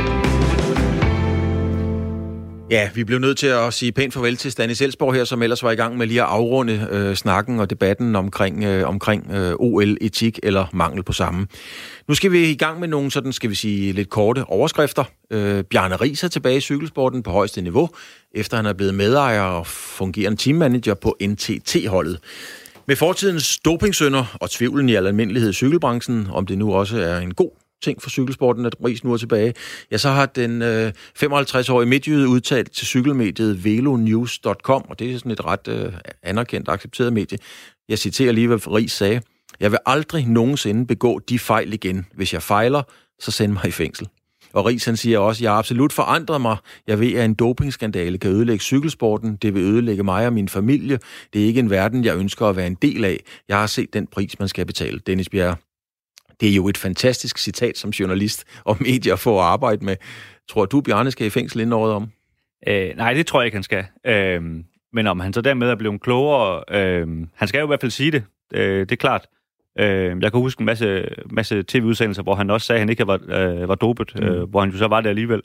Ja, vi blev nødt til at sige pænt farvel til Stanis Elsborg her, som ellers var i gang med lige at afrunde øh, snakken og debatten omkring, øh, omkring øh, O L-etik eller mangel på samme. Nu skal vi i gang med nogle sådan, skal vi sige, lidt korte overskrifter. Øh, Bjarne Riis er tilbage i cykelsporten på højeste niveau, efter han er blevet medejer og fungerende teammanager på N T T-holdet. Med fortidens dopingsynder og tvivlen i al almindelighed i cykelbranchen, om det nu også er en god ting for cykelsporten, at Riis nu er tilbage, ja, så har den øh, femoghalvtreds-årige midtjyde udtalt til cykelmediet velonews punktum com, og det er sådan et ret øh, anerkendt og accepteret medie. Jeg citerer lige, hvad Riis sagde. Jeg vil aldrig nogensinde begå de fejl igen. Hvis jeg fejler, så send mig i fængsel. Og Riis han siger også, jeg har absolut forandret mig. Jeg ved, at en dopingskandale kan ødelægge cykelsporten. Det vil ødelægge mig og min familie. Det er ikke en verden, jeg ønsker at være en del af. Jeg har set den pris, man skal betale. Dennis Bjerre. Det er jo et fantastisk citat som journalist og medier for at arbejde med. Tror du, Bjarne skal i fængsel inden året om? Øh, nej, det tror jeg ikke, han skal. Øh, men om han så dermed er blevet klogere, øh, han skal jo i hvert fald sige det. Øh, det er klart. Øh, jeg kan huske en masse, masse tv-udsendelser, hvor han også sagde, at han ikke var, øh, var dopet, mm. øh, hvor han jo så var det alligevel.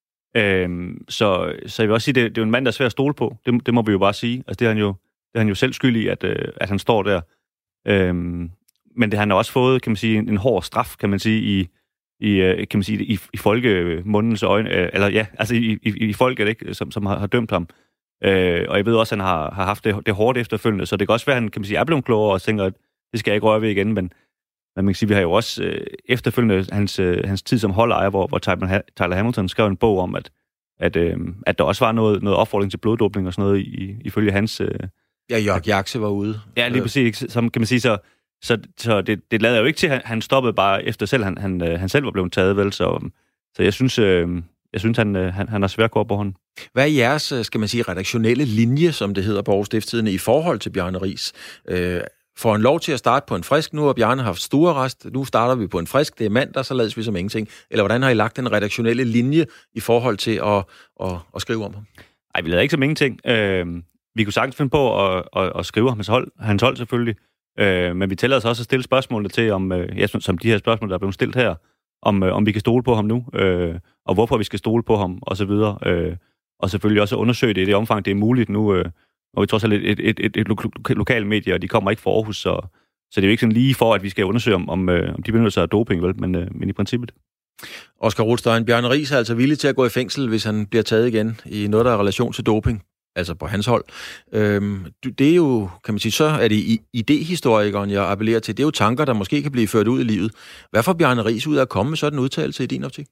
Øh, så, så jeg vil også sige, det, det er jo en mand, der er svær at stole på. Det, det må vi jo bare sige. Altså, det er han jo, det er han jo selv skyld i, at, øh, at han står der. Øh, Men det han har også fået, kan man sige, en, en hård straf, kan man sige, i, i kan man sige, i, i folkemundens øjne, eller ja, altså i, i, i folket, ikke, som, som har, har dømt ham. Øh, og jeg ved også, at han har, har haft det, det hårdt efterfølgende, så det kan også være, at han, kan man sige, er blevet klogere og tænker, at det skal jeg ikke røre ved igen, men, men man kan sige, vi har jo også øh, efterfølgende hans, øh, hans tid som holdejer, hvor, hvor Tyler Hamilton skrev en bog om, at, at, øh, at der også var noget, noget opfordring til bloddopning og sådan noget, i, ifølge hans... Øh, ja, Jørg Jakse var ude. Ja, lige præcis, som kan man sige, så Så, så det, det lader jo ikke til, at han, han stoppede bare efter selv, han, han, han selv var blevet taget, vel? Så, så jeg synes, øh, jeg synes han, han, han har svært kort på hånden. Hvad er jeres, skal man sige, redaktionelle linje, som det hedder på Aarhus Stiftstidende, i forhold til Bjarne Riis? Øh, får en lov til at starte på en frisk? Nu har Bjarne haft stuerrest. Nu starter vi på en frisk. Det er mandag, så lades vi som ingenting. Eller hvordan har I lagt den redaktionelle linje i forhold til at, at, at skrive om ham? Nej, vi lader ikke som ingenting. Øh, vi kunne sagtens finde på at, at, at skrive om hans hold, hans hold selvfølgelig. Øh, men vi tæller os også at stille spørgsmålene til, om, øh, ja, som de her spørgsmål, der er blevet stillet her, om, øh, om vi kan stole på ham nu, øh, og hvorfor vi skal stole på ham, og så videre. Øh, og selvfølgelig også undersøge det i det omfang, det er muligt nu, øh, og vi trods alt et, et, et, et, et lo- lokalt medie, og de kommer ikke fra Aarhus, så, så det er jo ikke sådan lige for, at vi skal undersøge, om, om, øh, om de benytter sig af doping, vel? Men, øh, men i princippet. Oscar Rothstein, Bjarne Riis er altså villig til at gå i fængsel, hvis han bliver taget igen i noget, der er relation til doping. Altså på hans hold. Øhm, det er jo, kan man sige, så er det idehistorikeren, jeg appellerer til. Det er jo tanker, der måske kan blive ført ud i livet. Hvad får Bjarne Riis ud af at komme med sådan en udtalelse i din optik?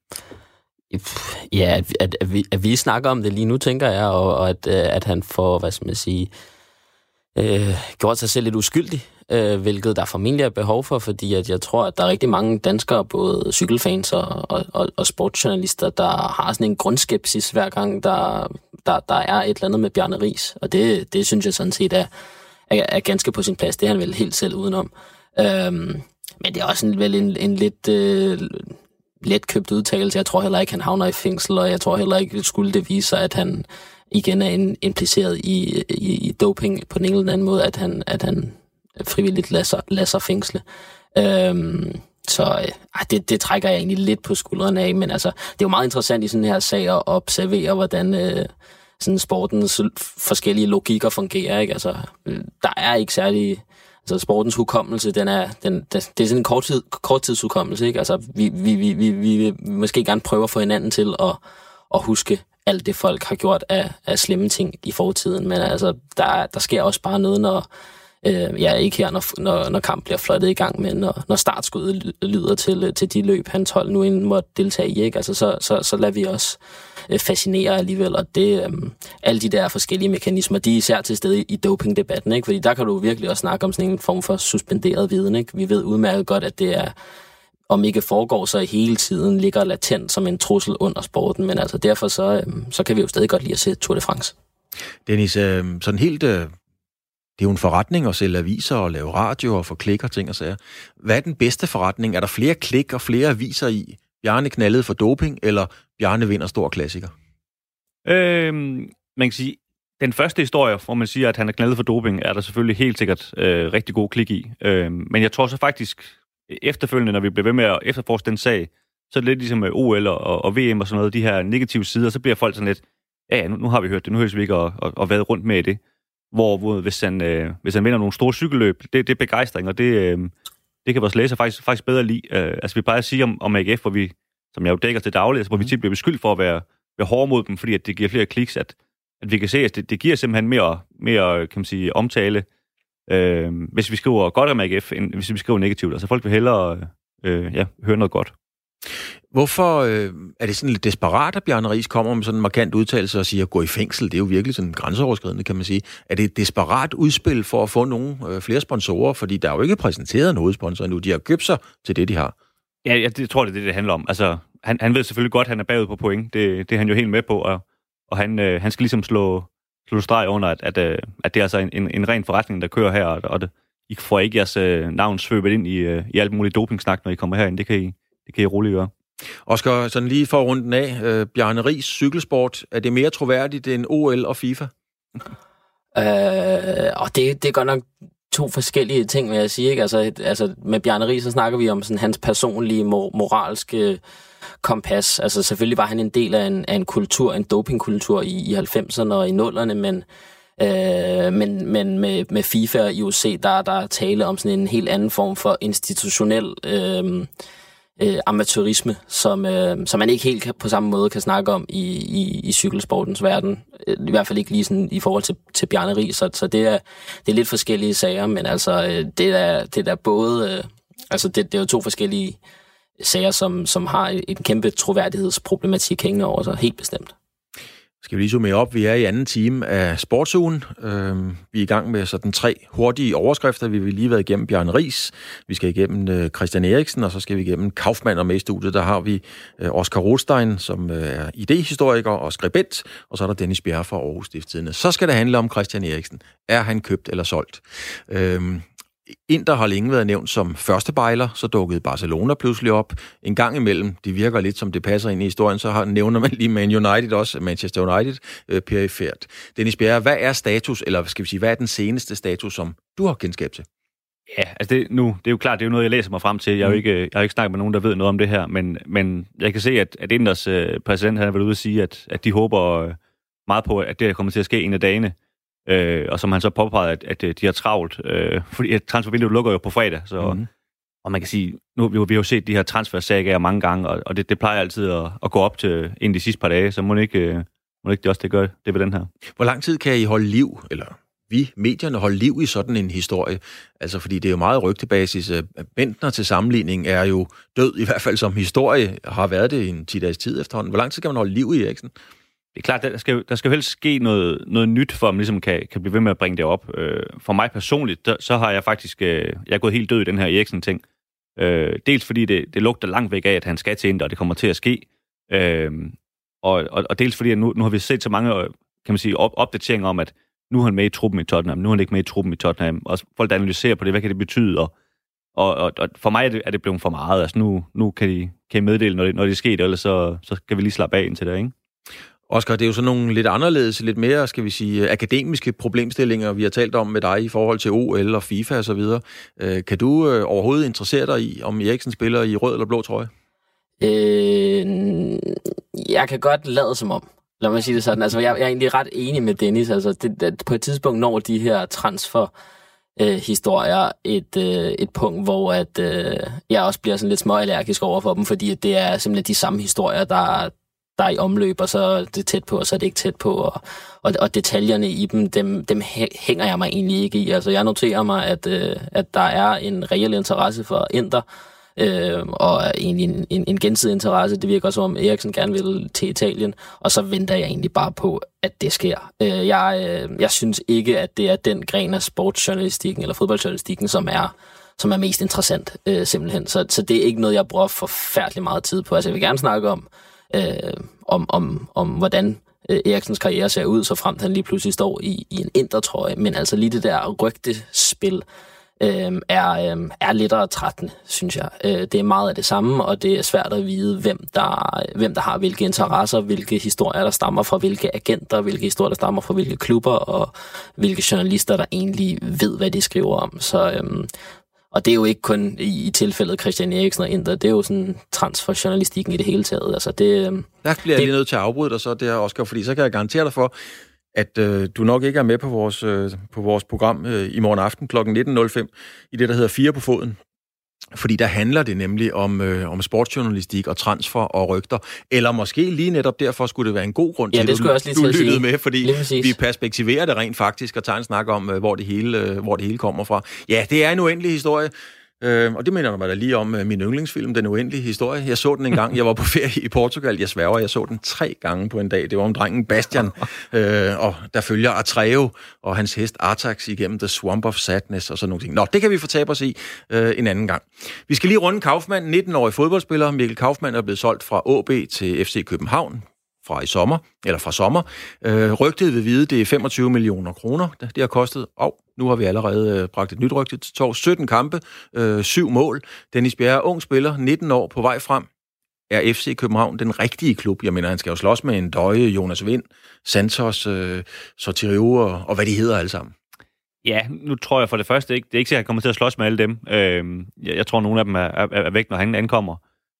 Ja, at, at, at, vi, at vi snakker om det lige nu, tænker jeg, og, og at, at han får, hvad skal man sige, øh, gjort sig selv lidt uskyldig, øh, hvilket der formentlig er behov for, fordi at jeg tror, at der er rigtig mange danskere, både cykelfans og, og, og, og sportsjournalister, der har sådan en grundskepsis hver gang, der, der, der er et eller andet med Bjarne Riis, og det, det synes jeg sådan set er, er, er ganske på sin plads. Det er han vel helt selv udenom. Øhm, men det er også en, vel en, en lidt... Øh, let købt udtalelse. Jeg tror heller ikke, han havner i fængsel, og jeg tror heller ikke, skulle det vise sig, at han igen er impliceret i, i, i doping på den ene eller anden måde, at han, at han frivilligt lader sig, lader sig fængsle. Øhm, så øh, det, det trækker jeg egentlig lidt på skuldrene af, men altså, det er jo meget interessant i sådan her sag at observere, hvordan øh, sådan sportens forskellige logikker fungerer, ikke? Altså, der er ikke særlig... Altså, sportens hukommelse, den er, den, det er sådan en korttid, korttidshukommelse, ikke? Altså, vi, vi, vi, vi, vi vil måske gerne prøve at få hinanden til at, at huske alt det, folk har gjort af, af slemme ting i fortiden, men altså, der, der sker også bare noget, når... Øh, ja, ikke her, når, når, når kamp bliver fløjtet i gang, men når, når startskuddet lyder til, til de løb, hans hold nu inden måtte deltage i, ikke? Altså, så, så, så lader vi os øh, fascinere alligevel, og det, øh, alle de der forskellige mekanismer, de er især til stede i dopingdebatten, ikke? Fordi der kan du virkelig også snakke om sådan en form for suspenderet viden, ikke? Vi ved udmærket godt, at det er, om ikke foregår, så hele tiden ligger latent som en trussel under sporten, men altså derfor så, øh, så kan vi jo stadig godt lide at se Tour de France. Dennis, øh, sådan helt... Øh Det er jo en forretning at sælge aviser og lave radio og få klik og ting og sager. Hvad er den bedste forretning? Er der flere klik og flere aviser i? Bjarne knaldede for doping, eller Bjarne vinder stor klassiker? Øhm, man kan sige, den første historie, hvor man siger, at han er knaldet for doping, er der selvfølgelig helt sikkert øh, rigtig god klik i. Øhm, men jeg tror så faktisk, efterfølgende, når vi bliver ved med at efterforske den sag, så er det lidt ligesom med O L og, og V M og sådan noget, de her negative sider, så bliver folk sådan lidt, ja, ja nu, nu har vi hørt det, nu hører vi ikke at, at, at være rundt med i det. Hvor, hvor hvis, han, øh, hvis han vinder nogle store cykelløb, det, det er begejstring, og det, øh, det kan vores læser faktisk, faktisk bedre lide. Øh, altså vi plejer at sige om, om A G F, hvor vi, som jeg jo dækker til daglig, altså, hvor vi tit bliver beskyldt for at være, være hårde mod dem, fordi at det giver flere kliks, at, at vi kan se, at det, det giver simpelthen mere, mere kan man sige, omtale, øh, hvis vi skriver godt om A G F, end hvis vi skriver negativt. Altså folk vil hellere øh, ja, høre noget godt. Hvorfor øh, er det sådan lidt desperat, at Bjarne Riis kommer med sådan en markant udtalelse og siger, at gå i fængsel? Det er jo virkelig sådan grænseoverskridende, kan man sige. Er det et desperat udspil for at få nogle øh, flere sponsorer? Fordi der er jo ikke præsenteret noget sponsor nu. De har købt sig til det, de har. Ja, jeg det, tror, det er det, det handler om. Altså, han, han ved selvfølgelig godt, at han er bagud på point. Det, det er han jo helt med på. Og, og han, øh, han skal ligesom slå, slå streg under, at, at, øh, at det er altså en, en, en ren forretning, der kører her. Og, og det, I får ikke jeres øh, navn svøbet ind i, øh, i alt muligt dopingsnak, når I kommer herind. Det kan I, det kan I roligt gøre. Oscar, sådan lige for runden af, øh, Bjarne Riis cykelsport, er det mere troværdigt end O L og FIFA? Øh, og det, det er godt nok to forskellige ting, vil jeg sige. Ikke? Altså, altså med Bjarne Riis, så snakker vi om sådan hans personlige, mor- moralske kompas. Altså selvfølgelig var han en del af en, af en kultur, en dopingkultur i, i halvfemserne og i nullerne, men Øh, men, men med, med FIFA og I O C, der, der er tale om sådan en helt anden form for institutionel øh, øh, amatørisme, som, øh, som man ikke helt kan, på samme måde kan snakke om i, i, i cykelsportens verden. I hvert fald ikke lige sådan i forhold til, til Bjarne Riis, så, så det, er, det er lidt forskellige sager, men altså øh, det er, det er både... Øh, altså det, det er jo to forskellige sager, som, som har en kæmpe troværdighedsproblematik hængende over sig, helt bestemt. Skal vi lige summere op? Vi er i anden time af Sportsugen. Øhm, vi er i gang med sådan tre hurtige overskrifter. Vi vil lige været igennem Bjarne Riis. Vi skal igennem øh, Christian Eriksen, og så skal vi igennem Kaufmann, og med i studiet, der har vi øh, Oscar Rothstein, som øh, er idehistoriker og skribent, og så er der Dennis Bjerre fra Aarhus Stiftstidende. Så skal det handle om Christian Eriksen. Er han købt eller solgt? Øhm, Inter har længe været nævnt som første bejler, så dukkede Barcelona pludselig op. En gang imellem, de virker lidt som det passer ind i historien, så har, nævner man lige Man United også, Manchester United, øh, perifert. Dennis Bjerre, hvad er status, eller skal vi sige, hvad er den seneste status, som du har kendskab til? Ja, altså det, nu, det er jo klart, det er jo noget, jeg læser mig frem til. Jeg har jo ikke, jeg har ikke snakket med nogen, der ved noget om det her, men, men jeg kan se, at, at Inters øh, præsident har været ude at sige, at, at de håber øh, meget på, at det kommer til at ske en af dagene. Øh, og som han så påpegede, at, at de har travlt, øh, fordi transfervinduet lukker jo på fredag, så, mm. og man kan sige, nu vi, vi har jo set de her transfersager mange gange, og, og det, det plejer altid at, at gå op til inden de sidste par dage, så må det ikke, øh, må det ikke det også det gør det ved den her. Hvor lang tid kan I holde liv, eller vi, medierne, holde liv i sådan en historie? Altså, fordi det er jo meget rygtebasis. Bentner til sammenligning er jo død, i hvert fald som historie, har været det i en ti dages tid efterhånden. Hvor lang tid kan man holde liv i Eriksen? Det er klart, der skal, der skal jo helst ske noget, noget nyt, for at man ligesom kan, kan blive ved med at bringe det op. Øh, for mig personligt, der, så har jeg faktisk øh, jeg er gået helt død i den her Eriksen-ting. Øh, dels fordi det, det lugter langt væk af, at han skal til Inter, og det kommer til at ske. Øh, og, og, og dels fordi, at nu, nu har vi set så mange kan man sige, op, opdateringer om, at nu er han med i truppen i Tottenham, nu er han ikke med i truppen i Tottenham. Og folk, der analyserer på det, hvad kan det betyde? Og, og, og, og for mig er det, er det blevet for meget. Altså nu, nu kan, de, kan I meddele, når det, når det er sket, ellers så, så kan vi lige slappe af indtil det, ikke? Oscar, det er jo sådan nogle lidt anderledes, lidt mere, skal vi sige, akademiske problemstillinger, vi har talt om med dig i forhold til O L og FIFA og så videre. Kan du overhovedet interessere dig i, om Eriksen spiller i rød eller blå trøje? Øh, jeg kan godt lade som om. lad mig sige det sådan. Altså, jeg, jeg er egentlig ret enig med Dennis. Altså, det, det, på et tidspunkt når de her transfer øh, historier et, øh, et punkt, hvor at, øh, jeg også bliver sådan lidt småallergisk over for dem, fordi det er simpelthen de samme historier, der, der er i omløb, og så er det tæt på, og så er det ikke tæt på, og, og, og detaljerne i dem, dem, dem hænger jeg mig egentlig ikke i. Altså, jeg noterer mig, at, øh, at der er en reel interesse for Inter, Øh, og egentlig en, en, en gensidig interesse. Det virker som om Eriksen gerne vil til Italien, og så venter jeg egentlig bare på, at det sker. Øh, jeg, øh, jeg synes ikke, at det er den gren af sportsjournalistikken eller fodboldjournalistikken, som er, som er mest interessant, øh, simpelthen. Så, så det er ikke noget, jeg bruger forfærdelig meget tid på. Altså, jeg vil gerne snakke om, øh, om, om, om hvordan Eriksens karriere ser ud, så frem til han lige pludselig står i, i en Inter-trøje, men altså lige det der rygtespil, Øh, er, øh, er lidt trættende, synes jeg. Øh, det er meget af det samme, og det er svært at vide, hvem der, hvem der har hvilke interesser, hvilke historier, der stammer fra hvilke agenter, hvilke historier, der stammer fra hvilke klubber, og hvilke journalister, der egentlig ved, hvad de skriver om. Så, øh, og det er jo ikke kun i, i tilfældet Christian Eriksen og Inter, det er jo sådan transferjournalistikken i det hele taget. Altså, det, øh, der bliver jeg det, lige nødt til at afbryde dig så, det her, Oscar, fordi så kan jeg garantere dig for, at øh, du nok ikke er med på vores, øh, på vores program øh, i morgen aften klokken nitten nul fem i det, der hedder Fire på foden. Fordi der handler det nemlig om, øh, om sportsjournalistik og transfer og rygter. Eller måske lige netop derfor skulle det være en god grund ja, til, det at du, du lyttede med, fordi vi perspektiverer det rent faktisk og tager en snak om, øh, hvor, det hele, øh, hvor det hele kommer fra. Ja, det er en uendelig historie. Øh, og det minder mig da lige om uh, min yndlingsfilm, Den Uendelige Historie. Jeg så den en gang, jeg var på ferie i Portugal, jeg sværger, jeg så den tre gange på en dag. Det var om drengen Bastian, øh, og der følger Atreo og hans hest Artax igennem The Swamp of Sadness og sådan nogle ting. Nå, det kan vi fortabe os i øh, en anden gang. Vi skal lige runde Kaufmann, nitten-årig fodboldspiller. Mikkel Kaufmann er blevet solgt fra A B til F C København fra i sommer, eller fra sommer. Øh, rygtet vil vide, det er femogtyve millioner kroner, det har kostet. Og nu har vi allerede øh, bragt et nyt rygte til torvs. sytten kampe, øh, syv mål. Dennis Bjerre, ung spiller, nitten år, på vej frem. Er F C København den rigtige klub? Jeg mener, han skal jo slås med en Døje, Jonas Vind, Santos, øh, Sotirio og, og hvad de hedder alle sammen. Ja, nu tror jeg for det første ikke, det er ikke sikkert, at han kommer til at slås med alle dem. Øh, jeg, jeg tror, nogle af dem er, er, er væk, når han ankommer.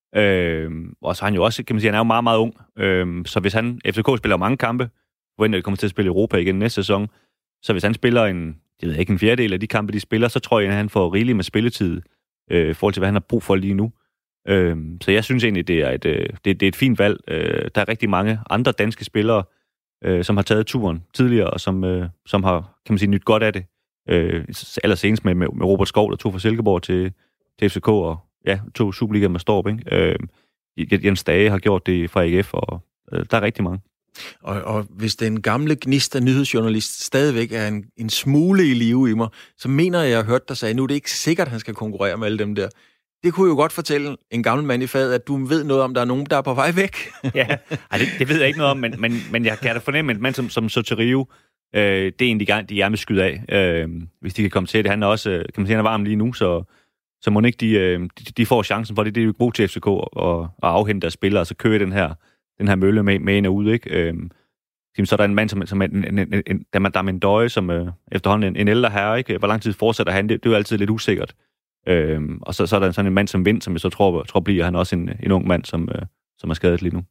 Øh, og så er han jo også, kan man sige, han er jo meget, meget ung. Øh, så hvis han, F C K spiller mange kampe, hvor han kommer til at spille Europa igen næste sæson, så hvis han spiller en, jeg ved ikke, en fjerdedel af de kampe, de spiller, så tror jeg, at han får rigeligt med spilletid øh, i forhold til, hvad han har brug for lige nu. Øh, så jeg synes egentlig, det er et, øh, det, det er et fint valg. Øh, der er rigtig mange andre danske spillere, øh, som har taget turen tidligere, og som, øh, som har, kan man sige, nyt godt af det. Øh, allersenest med, med, med Robert Skov, der tog fra Silkeborg til, til F C K, og ja, tog Superliga med Storp, ikke? Øh, Jens Dage har gjort det fra A G F, og øh, der er rigtig mange. Og, og hvis den gamle gnist af nyhedsjournalist stadigvæk er en, en smule i live i mig, så mener jeg, at jeg har hørt dig sige, nu er det ikke sikkert, at han skal konkurrere med alle dem der. Det kunne jo godt fortælle en gammel mand i faget, at du ved noget om, der er nogen, der er på vej væk. Ja, ej, det, det ved jeg ikke noget om, men, men, men jeg kan da fornemme, at en mand som, som Sotirio, øh, det er en, de, de gerne vil skyde af, øh, hvis de kan komme til det. Han er også, kan man sige, han er varm lige nu, så, så må ikke de, de, de får chancen for det. Det er jo gode til F C K at, at afhente deres spillere, og så kører den her, den her mølle med, med ind og ud, ikke? Øh, så er der en mand, som, som er en, en, en, en, der er en Døje, som øh, efterhånden en, en ældre herre, ikke? Hvor lang tid fortsætter han? Det, det er jo altid lidt usikkert. Øhm, og så, så er der sådan en mand som Vind, som jeg så tror, tror bliver han også en, en ung mand, som, øh, som er skadet lige nu.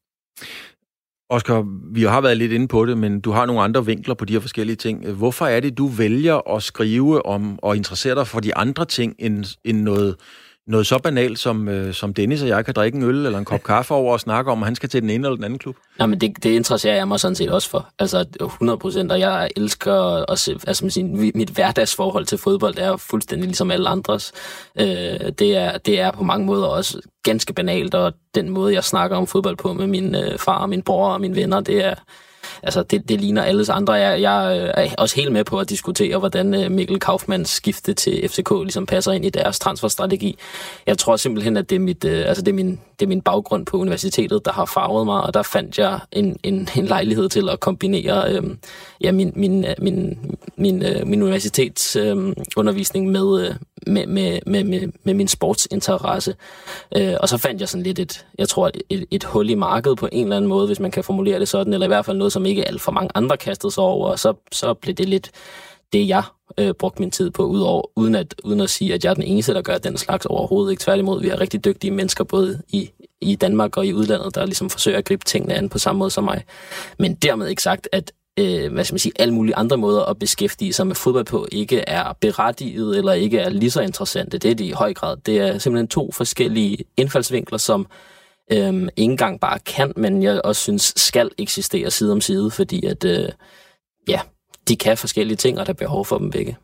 Oscar, vi har været lidt inde på det, men du har nogle andre vinkler på de her forskellige ting. Hvorfor er det, du vælger at skrive om og interessere dig for de andre ting, end, end noget, noget så banalt, som, øh, som Dennis og jeg kan drikke en øl eller en kop kaffe over og snakke om, at han skal til den ene eller den anden klub? Nej, men det, det interesserer jeg mig sådan set også for. Altså hundrede procent, og jeg elsker også, altså sin, mit hverdagsforhold til fodbold er fuldstændig ligesom alle andres. Øh, det, er, det er på mange måder også ganske banalt, og den måde, jeg snakker om fodbold på med min øh, far, min bror og mine venner, det er... Altså, det, det ligner alles andre. Jeg, jeg er også helt med på at diskutere, hvordan Mikkel Kaufmanns skifte til F C K ligesom passer ind i deres transferstrategi. Jeg tror simpelthen, at det er, mit, altså det er, min, det er min baggrund på universitetet, der har farvet mig, og der fandt jeg en, en, en lejlighed til at kombinere øh, ja, min, min, min, min, øh, min universitetsundervisning øh, med, med, med, med, med, med min sportsinteresse. Øh, og så fandt jeg sådan lidt et, jeg tror, et, et hul i markedet på en eller anden måde, hvis man kan formulere det sådan, eller i hvert fald noget, som ikke alt for mange andre kastede sig over, og så, så blev det lidt det, jeg øh, brugte min tid på, udover, uden, at, uden at sige, at jeg er den eneste, der gør den slags overhovedet. Ikke tværtimod, vi har rigtig dygtige mennesker, både i, i Danmark og i udlandet, der ligesom forsøger at gribe tingene an på samme måde som mig. Men dermed ikke sagt, at øh, hvad skal man sige, alle mulige andre måder at beskæftige sig med fodbold på ikke er berettiget eller ikke er lige så interessante. Det er de i høj grad. Det er simpelthen to forskellige indfaldsvinkler, som Øhm, ikke engang bare kan, men jeg også synes skal eksistere side om side, fordi at øh, ja, de kan forskellige ting, og der er behov for dem begge.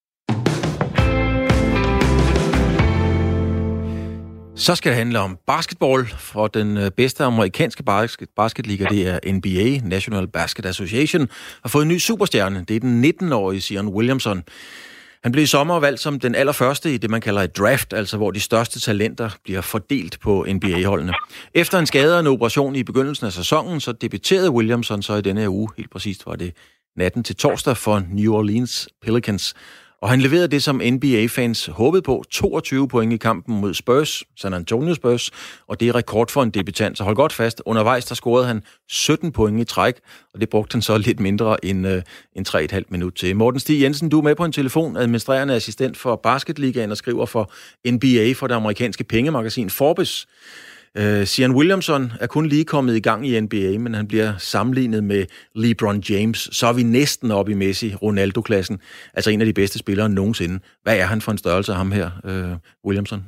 Så skal det handle om basketball, for den bedste amerikanske basket, basketliga, det er N B A, National Basket Association, har fået en ny superstjerne. Det er den nitten-årige Zion Williamson. Han blev i sommer valgt som den allerførste i det, man kalder et draft, altså hvor de største talenter bliver fordelt på N B A-holdene. Efter en skade og en operation i begyndelsen af sæsonen, så debuterede Williamson så i denne her uge, helt præcist var det natten til torsdag for New Orleans Pelicans. Og han leverede det, som N B A-fans håbede på, toogtyve point i kampen mod Spurs, San Antonio Spurs, og det er rekord for en debutant. Så hold godt fast, undervejs der scorede han sytten point i træk, og det brugte han så lidt mindre end, øh, end tre komma fem minut til. Morten Stig Jensen, du er med på en telefon, administrerende assistent for Basketligaen og skriver for N B A for det amerikanske pengemagasin Forbes. Uh, Zion Williamson er kun lige kommet i gang i N B A, men han bliver sammenlignet med LeBron James. Så er vi næsten oppe i Messi-Ronaldo-klassen. Altså en af de bedste spillere nogensinde. Hvad er han for en størrelse, ham her, uh, Williamson?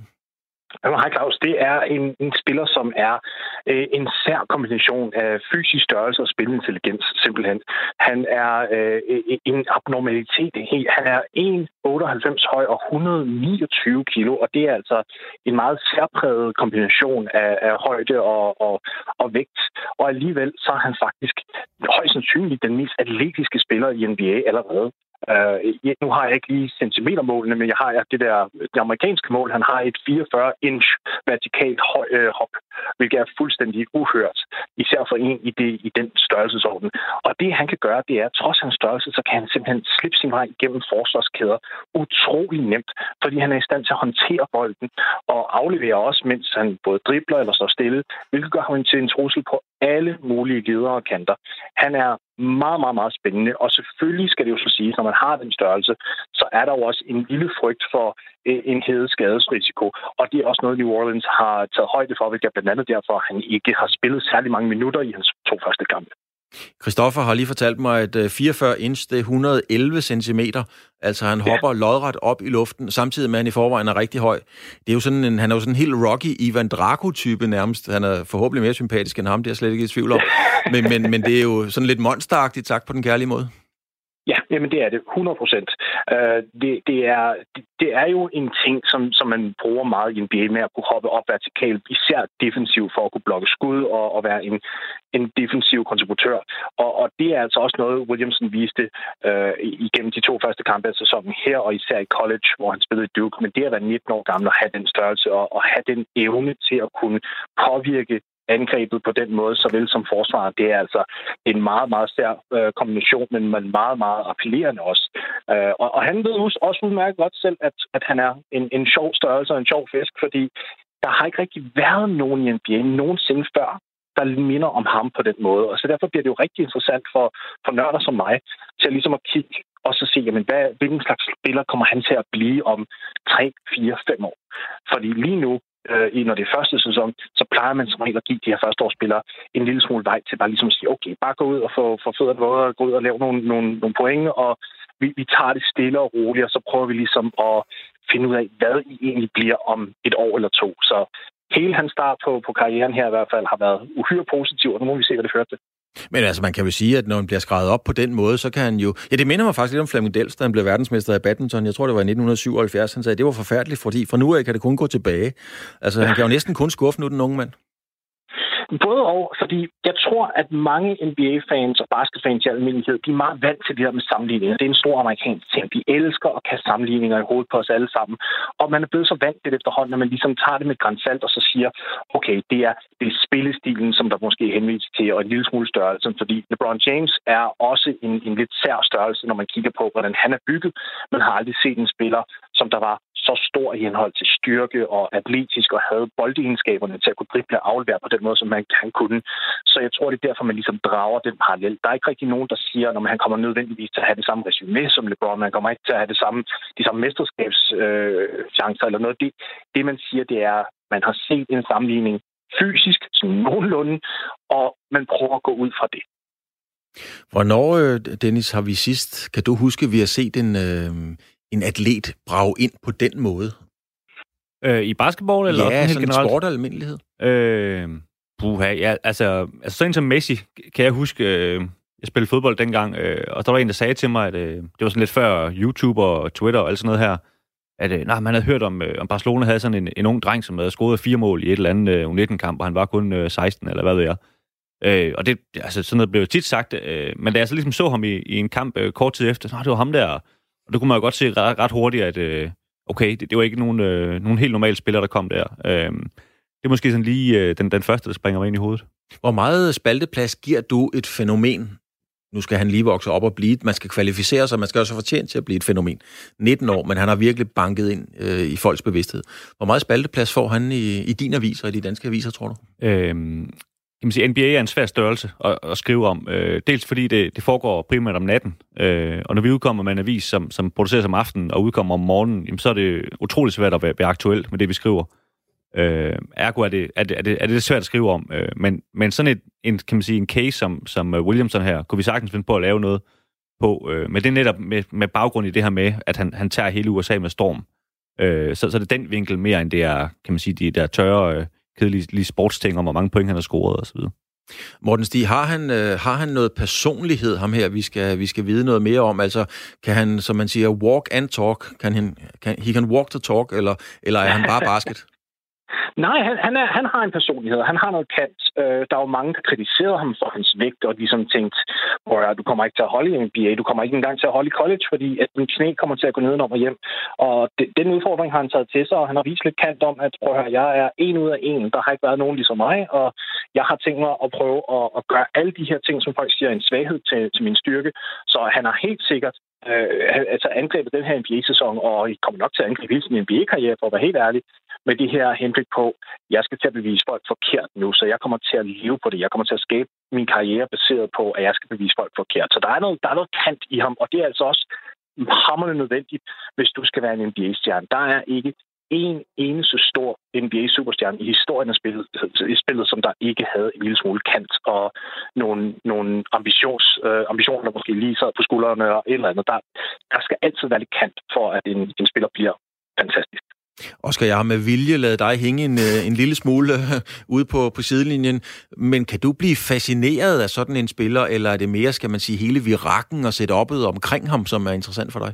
Hej Claus, det er en, en spiller, som er øh, en sær kombination af fysisk størrelse og spilintelligens, simpelthen. Han er øh, en abnormalitet. Han er en komma otteoghalvfems høj og et hundrede og niogtyve kilo, og det er altså en meget særpræget kombination af, af højde og, og, og vægt. Og alligevel så er han faktisk højst sandsynligt den mest atletiske spiller i N B A allerede. Uh, nu har jeg ikke lige centimetermålene, men jeg har det der det amerikanske mål. Han har et fireogfyrre inch vertikalt høj, øh, hop, hvilket er fuldstændig uhørt, især for en i, det, i den størrelsesorden. Og det han kan gøre, det er, trods hans størrelse, så kan han simpelthen slippe sin vej gennem forsvarskæder utrolig nemt, fordi han er i stand til at håndtere bolden og aflevere også, mens han både dribler eller står stille, hvilket gør ham til en trussel på alle mulige ledere og kanter. Han er meget, meget, meget spændende, og selvfølgelig skal det jo så sige, når man har den størrelse, så er der jo også en lille frygt for øh, en hævet skadesrisiko, og det er også noget, New Orleans har taget højde for, hvilket blandt andet derfor, at han ikke har spillet særlig mange minutter i hans to første kampe. Christoffer har lige fortalt mig, at fireogfyrre inch, det er et hundrede og elleve centimeter. Altså han hopper ja. lodret op i luften, samtidig med at han i forvejen er rigtig høj. Det er jo sådan en, han er jo sådan en helt Rocky Ivan Drago-type nærmest. Han er forhåbentlig mere sympatisk end ham, det er jeg slet ikke i tvivl om. Men, men, men det er jo sådan lidt monsteragtigt sagt på den kærlige måde. Ja, jamen det er det. hundrede procent. Uh, det, det, er, det, det er jo en ting, som, som man bruger meget i N B A med at kunne hoppe op vertikalt, især defensiv for at kunne blokke skud og, og være en, en defensiv kontributør. Og, og det er altså også noget, Williamson viste uh, igennem de to første kampe af sæsonen her, og især i college, hvor han spillede i Duke. Men det at være nitten år gammel og have den størrelse og, og have den evne til at kunne påvirke angrebet på den måde, såvel som forsvaret. Det er altså en meget, meget stærk øh, kombination, men meget, meget appellerende også. Øh, og, og han ved også udmærket godt selv, at, at han er en, en sjov størrelse og en sjov fisk, fordi der har ikke rigtig været nogen i N B A nogensinde før, der minder om ham på den måde. Og så derfor bliver det jo rigtig interessant for, for nørder som mig, til ligesom at kigge og så se, jamen, hvad, hvilken slags spiller kommer han til at blive om tre, fire, fem år. Fordi lige nu, i når det er første sæson, så plejer man som regel at give de her førsteårsspillere en lille smule vej til bare ligesom at sige, okay, bare gå ud og få, få fødderne våde og gå ud og lave nogle, nogle, nogle point, og vi, vi tager det stille og roligt, og så prøver vi ligesom at finde ud af, hvad I egentlig bliver om et år eller to. Så hele hans start på, på karrieren her i hvert fald har været uhyre positiv, og nu må vi se, hvad det fører til. Men altså, man kan jo sige, at når han bliver skrevet op på den måde, så kan han jo... Ja, det minder mig faktisk lidt om Flemming Dels, da han blev verdensmester i badminton. Jeg tror, det var i nitten syvoghalvfjerds. Han sagde, at det var forfærdeligt, fordi fra nu af kan det kun gå tilbage. Altså, han kan jo næsten kun skuffe nu, den unge mand. Både og, fordi jeg tror, at mange N B A-fans og basketfans i almindelighed, de er meget vant til det her med sammenligninger. Det er en stor amerikansk ting. De elsker at kaste sammenligninger i hovedet på os alle sammen. Og man er blevet så vant til det efterhånden, at man ligesom tager det med grænsalt og så siger, okay, det er, det er spillestilen, som der måske henviser til, og en lille smule størrelse. Fordi LeBron James er også en, en lidt sær størrelse, når man kigger på, hvordan han er bygget. Man har aldrig set en spiller, som der var så stor i henhold til styrke og atletisk, og havde boldegenskaberne til at kunne drible og aflevere på den måde, som han, han kunne. Så jeg tror, det er derfor, man ligesom drager den parallel. Der er ikke rigtig nogen, der siger, når han kommer nødvendigvis til at have det samme resume som LeBron, man kommer ikke til at have det samme, de samme mesterskabschancer øh, eller noget. Det, det, man siger, det er, man har set en sammenligning fysisk, som nogenlunde, og man prøver at gå ud fra det. Hvornår, Dennis, har vi sidst, kan du huske, vi har set en, øh, en atlet brage ind på den måde? Øh, I basketball, eller? Ja, helt sådan generelt? Sport og almindelighed. Øh, puha, ja, altså, altså sådan som Messi, kan jeg huske, øh, jeg spillede fodbold dengang, øh, og der var en, der sagde til mig, at øh, det var sådan lidt før YouTube og Twitter og alt sådan noget her, at øh, nej, man havde hørt om, øh, om Barcelona havde sådan en, en ung dreng, som havde scoret fire mål i et eller andet øh, U nitten-kamp, og han var kun øh, seksten, eller hvad ved jeg. Øh, og det, altså sådan noget blev tit sagt, øh, men da jeg så ligesom så ham i, i en kamp øh, kort tid efter, så det var ham der, og det kunne man jo godt se ret, ret hurtigt, at øh, okay, det, det var ikke nogen, øh, nogen helt normale spillere, der kom der. Øh, det er måske sådan lige øh, den, den første, der springer mig ind i hovedet. Hvor meget spalteplads giver du et fænomen? Nu skal han lige vokse op og blive, man skal kvalificere sig, man skal også fortjene til at blive et fænomen. nitten år, men han har virkelig banket ind øh, i folks bevidsthed. Hvor meget spalteplads får han i, i din avis og i de danske aviser, tror du? Øhm, kan man sige, N B A er en svær størrelse at, at skrive om. Øh, dels fordi det, det foregår primært om natten, øh, og når vi udkommer med en avis, som, som produceres om aftenen og udkommer om morgenen, jamen, så er det utroligt svært at være, være aktuelt med det, vi skriver. Øh, ergo er det, er, det, er, det, er det svært at skrive om, øh, men, men sådan et, en, kan man sige, en case som, som Williamson her, kunne vi sagtens finde på at lave noget på, øh, men det er netop med, med baggrund i det her med, at han, han tager hele U S A med storm. Øh, så, så er det den vinkel mere, end det er, kan man sige, de der tørre, øh, kedelige sportsting om, hvor mange point han har scoret osv. Morten Stig, har han, øh, har han noget personlighed, ham her, vi skal, vi skal vide noget mere om? Altså, kan han, som man siger, walk and talk? Kan han, kan, he can walk the talk, eller, eller er han bare basket? Nej, han, han, er, han har en personlighed. Han har noget kant. Øh, der er jo mange, der kritiserede ham for hans vægt, og ligesom tænkt, at du kommer ikke til at holde i N B A, du kommer ikke engang til at holde i college, fordi at din knæ kommer til at gå nedenom og hjem. Og det, den udfordring har han taget til sig, og han har vist lidt kant om, at prøv at høre, jeg er en ud af en. Der har ikke været nogen ligesom mig, og jeg har tænkt mig at prøve at, at gøre alle de her ting, som folk siger, en svaghed til, til min styrke. Så han har helt sikkert øh, altså angrebet den her N B A-sæson, og I kommer nok til at angribe hele sin N B A-karriere, for at være helt ærlig, med det her henblik på, jeg skal til at bevise folk forkert nu, så jeg kommer til at leve på det. Jeg kommer til at skabe min karriere baseret på, at jeg skal bevise folk forkert. Så der er noget, der er noget kant i ham, og det er altså også hamrende nødvendigt, hvis du skal være en N B A-stjerne. Der er ikke en eneste stor N B A-superstjerne i historien af spillet, i spillet, som der ikke havde en lille smule kant og nogle, nogle ambitions, øh, ambitioner, der måske lige sad på skuldrene og et eller andet. Der, der skal altid være lidt kant for, at en, en spiller bliver fantastisk. Oscar, jeg har med vilje ladet dig hænge en, en lille smule ude på, på sidelinjen, men kan du blive fascineret af sådan en spiller, eller er det mere, skal man sige, hele virakken og setup'et omkring ham, som er interessant for dig?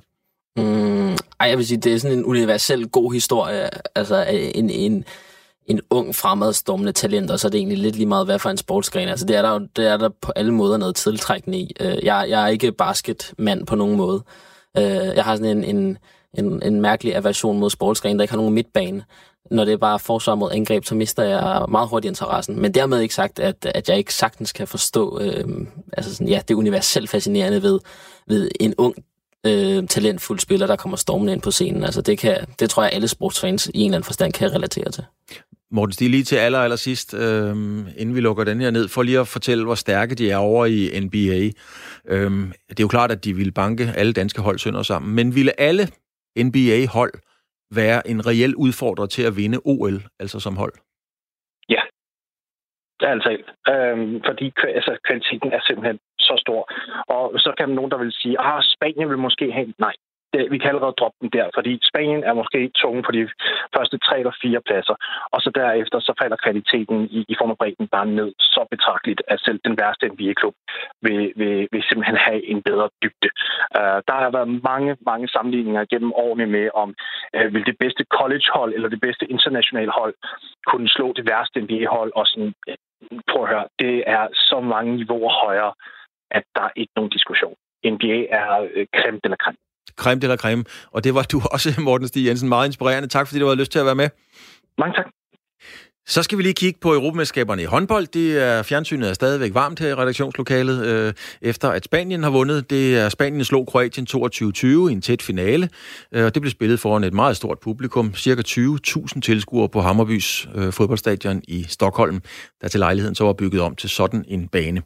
Mm, ej, jeg vil sige, det er sådan en universel god historie, altså en, en, en ung fremadstormende talent, og så er det egentlig lidt lige meget, hvad for en sportsgren. Altså det er der jo det er der på alle måder noget tiltrækkende i. Jeg, jeg er ikke basketmand på nogen måde. Jeg har sådan en, en En, en mærkelig aversion mod sportsgren, der ikke har nogen midtbane. Når det er bare forsvar mod angreb, så mister jeg meget hurtigt interessen. Men dermed ikke sagt, at, at jeg ikke sagtens kan forstå øh, altså sådan, ja, det universelt fascinerende ved, ved en ung, øh, talentfuld spiller, der kommer stormende ind på scenen. Altså det, kan, det tror jeg, alle sportsfans i en eller anden forstand kan relatere til. Morten Stig, lige til aller, aller sidst, øh, inden vi lukker den her ned, for lige at fortælle, hvor stærke de er over i N B A. Øh, det er jo klart, at de ville banke alle danske hold sønder sammen, men ville alle N B A-hold være en reel udfordrer til at vinde O L, altså som hold? Ja, det er altså øhm, fordi altså, kvaliteten er simpelthen så stor. Og så kan nogen, der vil sige, at Spanien vil måske have... Nej, det, vi kan allerede droppe den der, fordi Spanien er måske tunge på de første tre eller fire pladser, og så derefter så falder kvaliteten i, i form af bredden bare ned så betragteligt, at selv den værste N B A-klub vil, vil, vil simpelthen have en bedre dybde. Uh, der har været mange, mange sammenligninger gennem årene med, om uh, vil det bedste college-hold eller det bedste internationale hold kunne slå det værste N B A-hold, og sådan, prøv at høre, det er så mange niveauer højere, at der er ikke nogen diskussion. N B A er uh, creme de la creme. Creme de la creme. Og det var du også, Morten Stig Jensen. Meget inspirerende. Tak, fordi du havde lyst til at være med. Mange tak. Så skal vi lige kigge på Europamesterskaberne i håndbold. Det er fjernsynet er stadigvæk varmt her i redaktionslokalet, øh, efter at Spanien har vundet. Det er Spanien slog Kroatien toogtyve tyve i en tæt finale, øh, og det blev spillet foran et meget stort publikum. Cirka tyve tusind tilskuere på Hammarbys øh, fodboldstadion i Stockholm, der til lejligheden så var bygget om til sådan en bane.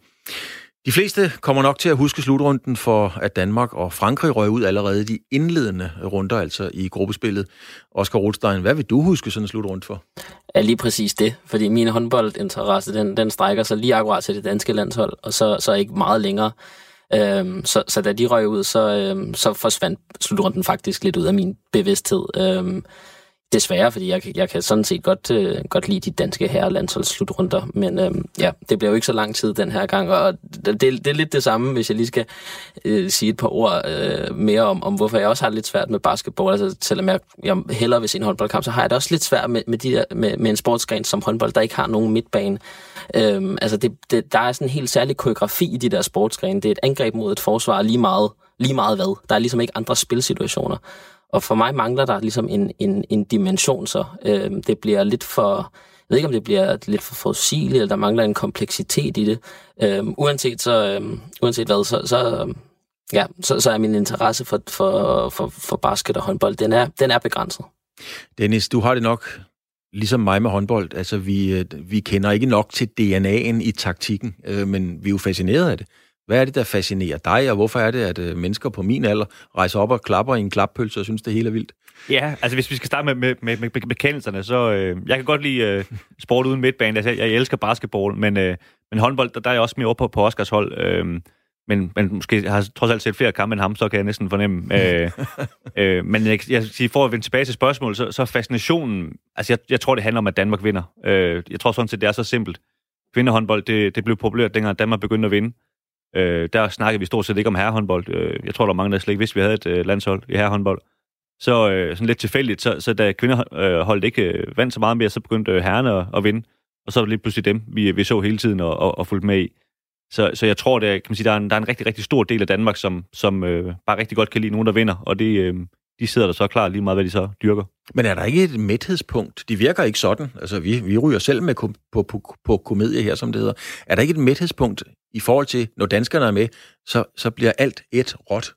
De fleste kommer nok til at huske slutrunden for, at Danmark og Frankrig røg ud allerede de indledende runder, altså i gruppespillet. Oscar Rothstein, hvad vil du huske sådan en slutrunde for? Ja, lige præcis det, fordi min håndboldinteresse, den, den strækker sig lige akkurat til det danske landshold, og så, så ikke meget længere. Øhm, så, så da de røg ud, så, øhm, så forsvandt slutrunden faktisk lidt ud af min bevidsthed. Øhm, Desværre, fordi jeg, jeg kan sådan set godt, øh, godt lide de danske herrelandsholds slutrunder, men øh, ja, det bliver jo ikke så lang tid den her gang, og det, det er lidt det samme, hvis jeg lige skal øh, sige et par ord øh, mere om, om, hvorfor jeg også har lidt svært med basketball. Altså, selvom jeg, jeg hellere vil se en håndboldkamp, så har jeg det også lidt svært med, med, de der, med, med en sportsgren som håndbold, der ikke har nogen midtbane. Øh, altså, det, det, der er sådan en helt særlig koreografi i de der sportsgrene. Det er et angreb mod et forsvar lige meget, lige meget hvad. Der er ligesom ikke andre spilsituationer. Og for mig mangler der ligesom en, en, en dimension, så øh, det bliver lidt for, jeg ved ikke om det bliver lidt for forudsigeligt, eller der mangler en kompleksitet i det. Øh, uanset, så, øh, uanset hvad, så, så, øh, ja, så, så er min interesse for, for, for, for basket og håndbold, den er, den er begrænset. Dennis, du har det nok ligesom mig med håndbold. Altså, vi, vi kender ikke nok til D N A'en i taktikken, øh, men vi er jo fascineret af det. Hvad er det, der fascinerer dig, og hvorfor er det, at øh, mennesker på min alder rejser op og klapper i en klappølse og synes, det hele er vildt? Ja, altså hvis vi skal starte med, med, med, med bekendelserne, så øh, jeg kan godt lide øh, sport uden midtbane. Altså, jeg, jeg elsker basketball, men, øh, men håndbold, der, der er jeg også mere oppe på, på Oscars hold. Øh, men, men måske har trods alt set flere kampe end ham, så kan jeg næsten fornemme. Øh, øh, men jeg, jeg siger, for at vende tilbage til spørgsmålet, så, så fascinationen, altså jeg, jeg tror, det handler om, at Danmark vinder. Øh, jeg tror sådan set, det er så simpelt. Kvindehåndbold, det, det blev populært, dengang Danmark begyndte at vinde. Øh, der snakkede vi stort set ikke om herrehåndbold. Øh, jeg tror, der var mange, der slet ikke vidste, vi havde et øh, landshold i herrehåndbold. Så øh, sådan lidt tilfældigt, så, så da kvinderholdet ikke øh, vandt så meget mere, så begyndte øh, herrerne at, at vinde. Og så var det lige pludselig dem, vi, vi så hele tiden og, og, og fulgte med i. Så, så jeg tror, det er, kan man sige, der, er en, der er en rigtig, rigtig stor del af Danmark, som, som øh, bare rigtig godt kan lide nogen, der vinder. Og det, øh, de sidder der så klar lige meget, hvad de så dyrker. Men er der ikke et mæthedspunkt? De virker ikke sådan. Altså, vi, vi ryger selv med på, på, på, på komedie her, som det hedder. Er der ikke et mæthedspunkt i forhold til, når danskerne er med, så, så bliver alt et råt?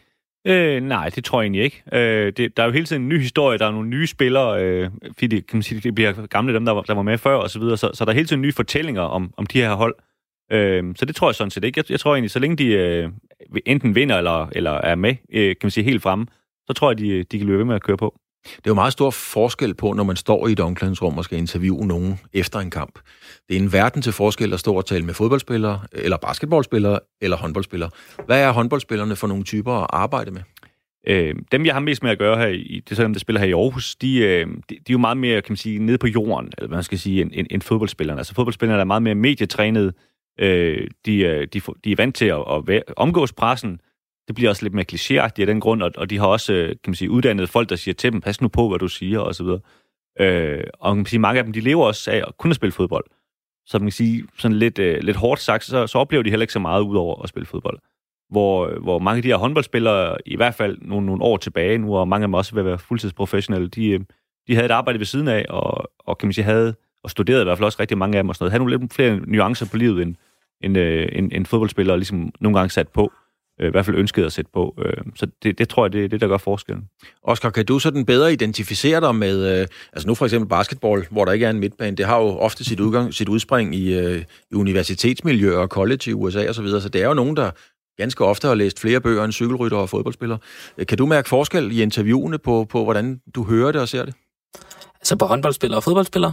Øh, nej, det tror jeg egentlig ikke. Øh, det, der er jo hele tiden en ny historie, der er nogle nye spillere, øh, fordi det, kan man sige, det bliver gamle dem, der var, der var med før og så videre, så, så der er hele tiden nye fortællinger om, om de her hold. Øh, så det tror jeg sådan set ikke. Jeg, jeg tror egentlig, så længe de øh, enten vinder eller, eller er med, øh, kan man sige, helt fremme, så tror jeg, de, de kan løbe med at køre på. Det er jo meget stor forskel på, når man står i et omklædningsrum og skal interviewe nogen efter en kamp. Det er en verden til forskel at stå og tale med fodboldspillere, eller basketballspillere, eller håndboldspillere. Hvad er håndboldspillerne for nogle typer at arbejde med? Øh, dem, jeg har mest med at gøre her, i, det er sådan, der spiller her i Aarhus, de, øh, de, de er jo meget mere, kan man sige, nede på jorden, eller hvad man skal sige, end, end, end fodboldspillerne. Altså fodboldspillerne er meget mere medietrænede. Øh, de, de, de er vant til at, at omgås pressen. Det bliver også lidt mere klichéagtigt af den grund, og, og de har også, kan man sige, uddannede folk, der siger til dem, pas nu på, hvad du siger, og så videre. Øh, og man kan sige, mange af dem, de lever også af at kunne spille fodbold. Så man kan sige, sådan lidt, øh, lidt hårdt sagt, så, så oplever de heller ikke så meget ud over at spille fodbold. Hvor, hvor mange af de her håndboldspillere, i hvert fald nogle, nogle år tilbage nu, og mange af dem også vil være fuldtidsprofessionelle, de, de havde et arbejde ved siden af, og, og kan man sige, havde, og studerede i hvert fald også rigtig mange af dem, og sådan noget. Havde nogle lidt flere nuancer på livet, end, end, øh, end, end fodboldspillere ligesom nogle gange sat på. I hvert fald ønskede at sætte på. Så det, det tror jeg, det er det, der gør forskellen. Oscar, kan du sådan bedre identificere dig med, øh, altså nu for eksempel basketball, hvor der ikke er en midtbane, det har jo ofte sit, udgang, sit udspring i, øh, i universitetsmiljøer og college i U S A og så videre, så det er jo nogen, der ganske ofte har læst flere bøger end cykelrytter og fodboldspillere. Kan du mærke forskel i interviewene på, på hvordan du hører det og ser det? Altså på håndboldspillere og fodboldspillere?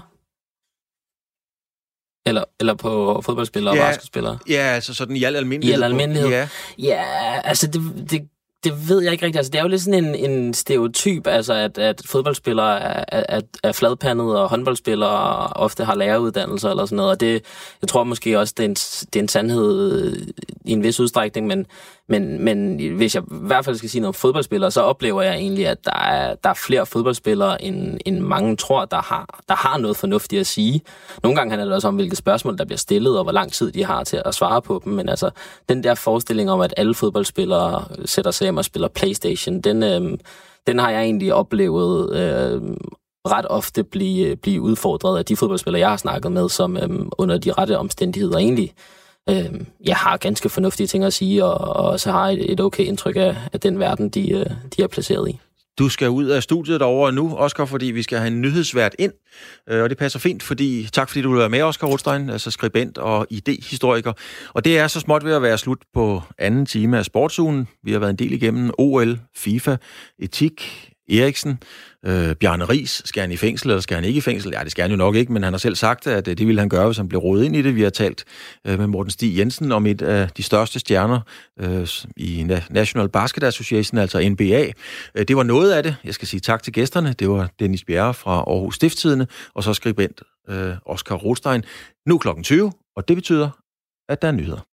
Eller, eller på fodboldspillere og ja, basketspillere? Ja, altså sådan i al almindelighed. I al almindelighed? Ja, ja altså det, det, det ved jeg ikke rigtigt. Altså det er jo lidt sådan en, en stereotyp, altså at, at fodboldspillere er, er, er fladpandede, og håndboldspillere ofte har læreruddannelser eller sådan noget. Og det, jeg tror måske også, det er en, det er en sandhed i en vis udstrækning, men, men, men hvis jeg i hvert fald skal sige noget om fodboldspillere, så oplever jeg egentlig, at der er, der er flere fodboldspillere, end, end mange tror, der har, der har noget fornuftigt at sige. Nogle gange handler det også om, hvilke spørgsmål, der bliver stillet, og hvor lang tid de har til at svare på dem. Men altså, den der forestilling om, at alle fodboldspillere sætter sig hjem og spiller PlayStation, den, øh, den har jeg egentlig oplevet øh, ret ofte blive, blive udfordret af de fodboldspillere, jeg har snakket med, som øhm, under de rette omstændigheder egentlig øhm, jeg har ganske fornuftige ting at sige, og, og så har et, et okay indtryk af, af den verden, de, de er placeret i. Du skal ud af studiet derovre nu, Oscar, fordi vi skal have en nyhedsvært ind, og det passer fint, fordi tak fordi du vil være med, Oscar Rothstein, altså skribent og idéhistoriker. Og det er så småt ved at være slut på anden time af Sportsugen. Vi har været en del igennem O L, FIFA, etik, Eriksen, øh, Bjarne Riis, skal han i fængsel, eller skal han ikke i fængsel? Ja, det skal han jo nok ikke, men han har selv sagt, at det ville han gøre, hvis han blev rodet ind i det. Vi har talt øh, med Morten Stig Jensen om et af de største stjerner øh, i National Basket Association, altså N B A. Øh, det var noget af det. Jeg skal sige tak til gæsterne. Det var Dennis Bjerre fra Aarhus Stiftstidende, og så skribent øh, Oscar Rothstein. Nu klokken tyve, og det betyder, at der er nyheder.